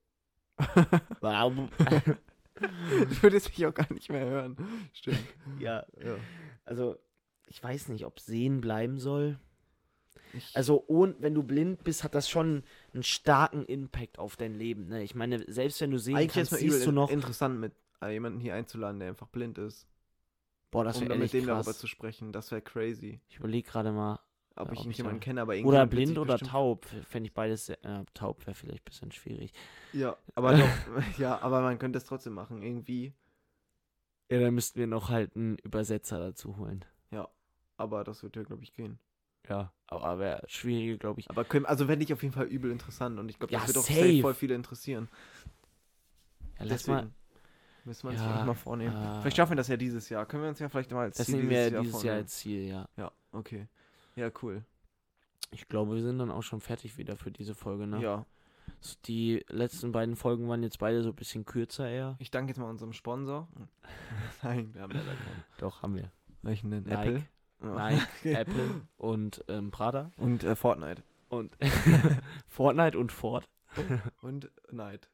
S2: Ich würde jetzt mich auch gar nicht mehr hören. Stimmt.
S1: ja,
S2: Ja.
S1: also, ich weiß nicht, ob sehen bleiben soll.
S2: Ich,
S1: Also, und wenn du blind bist, hat das schon einen starken Impact auf dein Leben. Ne? Ich meine, selbst wenn du sehen
S2: eigentlich
S1: kannst,
S2: ist mal
S1: siehst
S2: übel
S1: du noch.
S2: interessant, mit äh, jemanden hier einzuladen, der einfach blind ist.
S1: Boah, das
S2: um
S1: wäre
S2: dann
S1: ehrlich
S2: mit dem darüber
S1: krass.
S2: zu sprechen. Das wäre crazy.
S1: Ich überlege gerade mal.
S2: Ob
S1: Ja,
S2: ich
S1: ob
S2: nicht
S1: ich
S2: jemanden
S1: da-
S2: kenne, aber irgendwie.
S1: Oder blind oder taub. Fände ich beides sehr. Äh, taub wäre vielleicht ein bisschen schwierig.
S2: Ja, aber doch, ja, aber man könnte es trotzdem machen. Irgendwie.
S1: Ja, dann müssten wir noch halt einen Übersetzer dazu holen.
S2: Aber das wird ja, glaube ich, gehen.
S1: Ja, aber wäre schwierig, glaube ich.
S2: Aber können, also fände ich auf jeden Fall übel interessant und ich glaube, das
S1: Ja,
S2: wird auch
S1: safe.
S2: safe voll viele interessieren.
S1: Ja, lass mal.
S2: Deswegen müssen wir uns
S1: Ja,
S2: vielleicht mal vornehmen.
S1: äh,
S2: Vielleicht schaffen wir das ja dieses Jahr. Können wir uns ja vielleicht mal als
S1: Das
S2: Ziel
S1: nehmen wir
S2: Jahr
S1: dieses Jahr
S2: vornehmen.
S1: als Ziel, ja.
S2: Ja, okay. Ja, cool.
S1: Ich glaube, wir sind dann auch schon fertig wieder für diese Folge, ne?
S2: Ja.
S1: So, die letzten beiden Folgen waren jetzt beide so ein bisschen kürzer eher.
S2: Ich danke jetzt mal unserem Sponsor. Nein, wir haben leider keinen.
S1: Doch, haben wir.
S2: Welchen denn?
S1: Nike.
S2: Apple? Ja.
S1: Nike,
S2: Okay.
S1: Apple und ähm, Prada.
S2: Und äh, Fortnite.
S1: Und Fortnite und Ford.
S2: Und Night.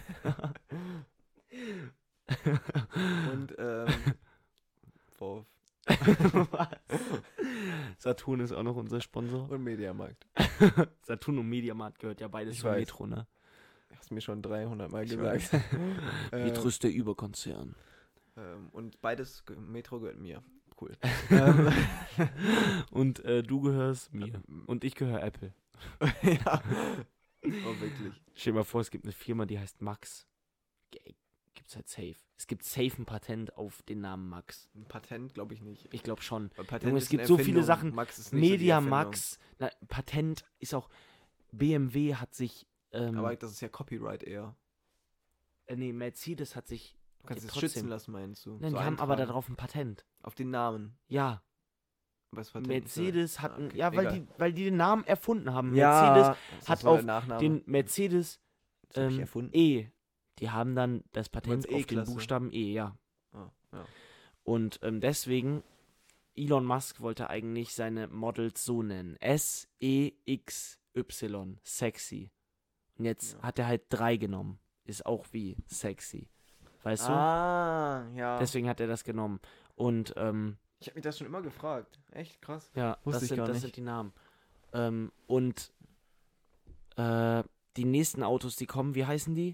S2: Und ähm, Wolf.
S1: Was? Saturn ist auch noch unser Sponsor.
S2: Und Mediamarkt.
S1: Saturn und Mediamarkt gehört ja beides
S2: Ich
S1: zum
S2: weiß.
S1: Metro, ne?
S2: Hast mir schon dreihundert Mal
S1: Ich
S2: gesagt. ähm,
S1: Metro ist der Überkonzern.
S2: ähm, und beides, ge- Metro gehört mir. Cool. ähm,
S1: Und äh, du gehörst mir. Und ich gehöre Apple.
S2: ja. Oh, wirklich.
S1: Stell dir mal vor, es gibt eine Firma, die heißt Max. G- Gibt's halt safe. Es gibt safe ein Patent auf den Namen Max.
S2: Ein Patent glaube ich nicht.
S1: Ich glaube schon.
S2: Weil Patent
S1: Junge, es
S2: ist
S1: gibt
S2: eine
S1: so viele
S2: Erfindung.
S1: Sachen.
S2: Max ist nicht so die
S1: Media
S2: Erfindung.
S1: Max. Na, Patent ist auch. B M W hat sich. Ähm,
S2: Aber das ist ja Copyright eher.
S1: äh, nee, Mercedes hat sich.
S2: Du kannst
S1: Ja,
S2: es schützen
S1: trotzdem.
S2: lassen, meinst du?
S1: Nein,
S2: So
S1: die haben aber
S2: eintragen.
S1: darauf ein Patent.
S2: Auf den Namen.
S1: Ja,
S2: Aber das Patent ist ja-
S1: Mercedes hat.
S2: Ah,
S1: ein,
S2: okay,
S1: ja, weil
S2: egal.
S1: die, weil die den Namen erfunden haben.
S2: Ja,
S1: Mercedes
S2: das ist
S1: hat
S2: so der
S1: auf
S2: Nachname.
S1: den Mercedes
S2: Das hab ich
S1: ähm,
S2: erfunden.
S1: E. Die haben dann das
S2: meinst
S1: Patent auf den
S2: E-Klasse?
S1: Buchstaben E, ja.
S2: Ah, ja.
S1: Und ähm, deswegen, Elon Musk wollte eigentlich seine Models so nennen. S E X Y. Sexy. Und jetzt
S2: Ja.
S1: hat er halt drei genommen. Ist auch wie sexy. Weißt
S2: Ah,
S1: du?
S2: ja.
S1: Deswegen hat er das genommen. Und ähm,
S2: Ich habe mich das schon immer gefragt. Echt krass.
S1: ja,
S2: Wusste
S1: das,
S2: ich
S1: sind,
S2: gar
S1: das
S2: nicht.
S1: sind die Namen. Ähm, und äh, die nächsten Autos, die kommen, wie heißen die?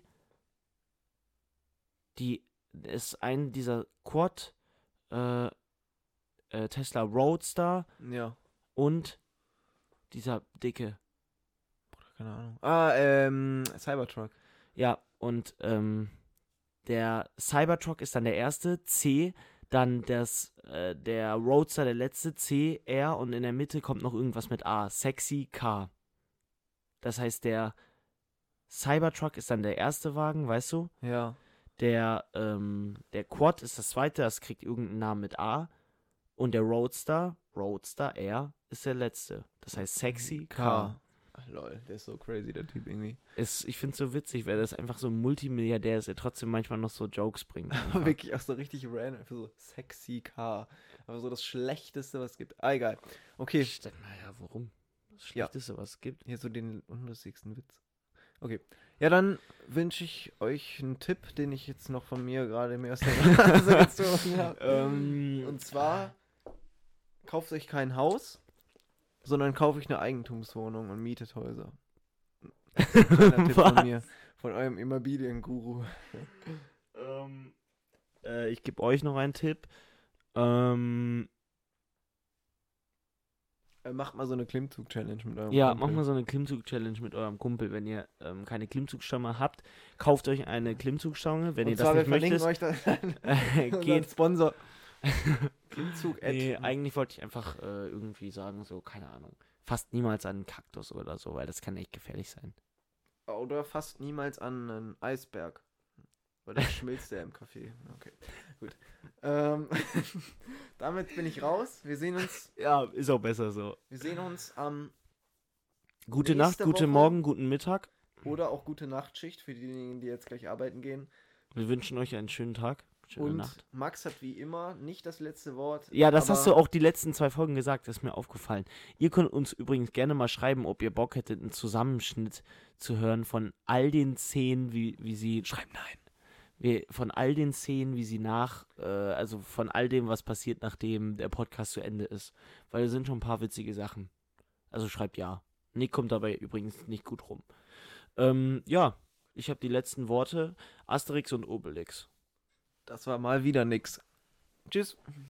S1: Die ist ein dieser Quad, äh, äh, Tesla Roadster
S2: Ja.
S1: und dieser dicke.
S2: Keine Ahnung. Ah, ähm, Cybertruck.
S1: Ja, und ähm, der Cybertruck ist dann der erste, C, dann das, äh, der Roadster, der letzte, C, R und in der Mitte kommt noch irgendwas mit A, Sexy Car. Das heißt, der Cybertruck ist dann der erste Wagen, weißt du?
S2: Ja.
S1: Der, ähm, der Quad ist das zweite, das kriegt irgendeinen Namen mit A. Und der Roadster, Roadster R, ist der letzte. Das heißt Sexy Car.
S2: Ach, lol, der ist so crazy, der Typ irgendwie.
S1: Ist, ich finde es so witzig, weil das einfach so ein Multimilliardär ist, der trotzdem manchmal noch so Jokes bringt. einfach.
S2: Wirklich auch so richtig random. Einfach so sexy Car. Aber so das Schlechteste, was es gibt. Ah, egal. Okay,
S1: Naja, warum? Das
S2: Ja.
S1: Schlechteste, was es gibt.
S2: hier so den unlustigsten Witz. Okay. Ja, dann wünsche ich euch einen Tipp, den ich jetzt noch von mir gerade mir aus der Nase gezogen habe.
S1: Ähm,
S2: Und zwar, kauft euch kein Haus, sondern kauft euch eine Eigentumswohnung und mietet Häuser. Kleiner Tipp
S1: Was?
S2: von mir, von eurem Immobilienguru.
S1: ähm, äh, ich gebe euch noch einen Tipp. Ähm,
S2: Äh, Macht mal so eine Klimmzug-Challenge mit eurem
S1: ja,
S2: Kumpel.
S1: macht mal so eine Klimmzug-Challenge mit eurem Kumpel. Wenn ihr ähm, keine Klimmzugstange habt, kauft euch eine Klimmzugstange. Wenn
S2: Und
S1: ihr
S2: zwar,
S1: das
S2: wir
S1: nicht
S2: verlinken
S1: möchtet,
S2: euch dann
S1: äh,
S2: unseren
S1: geht.
S2: Sponsor. Klimmzug
S1: Nee, eigentlich wollte ich einfach äh, irgendwie sagen, so, keine Ahnung, fast niemals an einen Kaktus oder so, weil das kann echt gefährlich sein.
S2: Oder fast niemals an einen Eisberg. Weil dann schmilzt der im Kaffee. Okay, gut. Ähm, damit bin ich raus. Wir sehen uns,
S1: Ja, ist auch besser so.
S2: wir sehen uns am
S1: Gute Nacht,
S2: Nächste
S1: gute
S2: Woche-
S1: Morgen, guten Mittag.
S2: Oder auch gute Nachtschicht für diejenigen, die jetzt gleich arbeiten gehen.
S1: Wir wünschen euch einen schönen Tag. Schöne
S2: Und
S1: Nacht.
S2: Max hat wie immer nicht das letzte Wort.
S1: Ja, das hast du
S2: aber
S1: auch die letzten zwei Folgen gesagt, das ist mir aufgefallen. Ihr könnt uns übrigens gerne mal schreiben, ob ihr Bock hättet, einen Zusammenschnitt zu hören von all den Szenen, wie, wie sie. Schreibt nein. Wie, von all den Szenen, wie sie nach, äh, also von all dem, was passiert, nachdem der Podcast zu Ende ist. Weil da sind schon ein paar witzige Sachen. Also schreibt ja. Nick kommt dabei übrigens nicht gut rum. Ähm, ja, ich habe die letzten Worte. Asterix und Obelix.
S2: Das war mal wieder nix. Tschüss.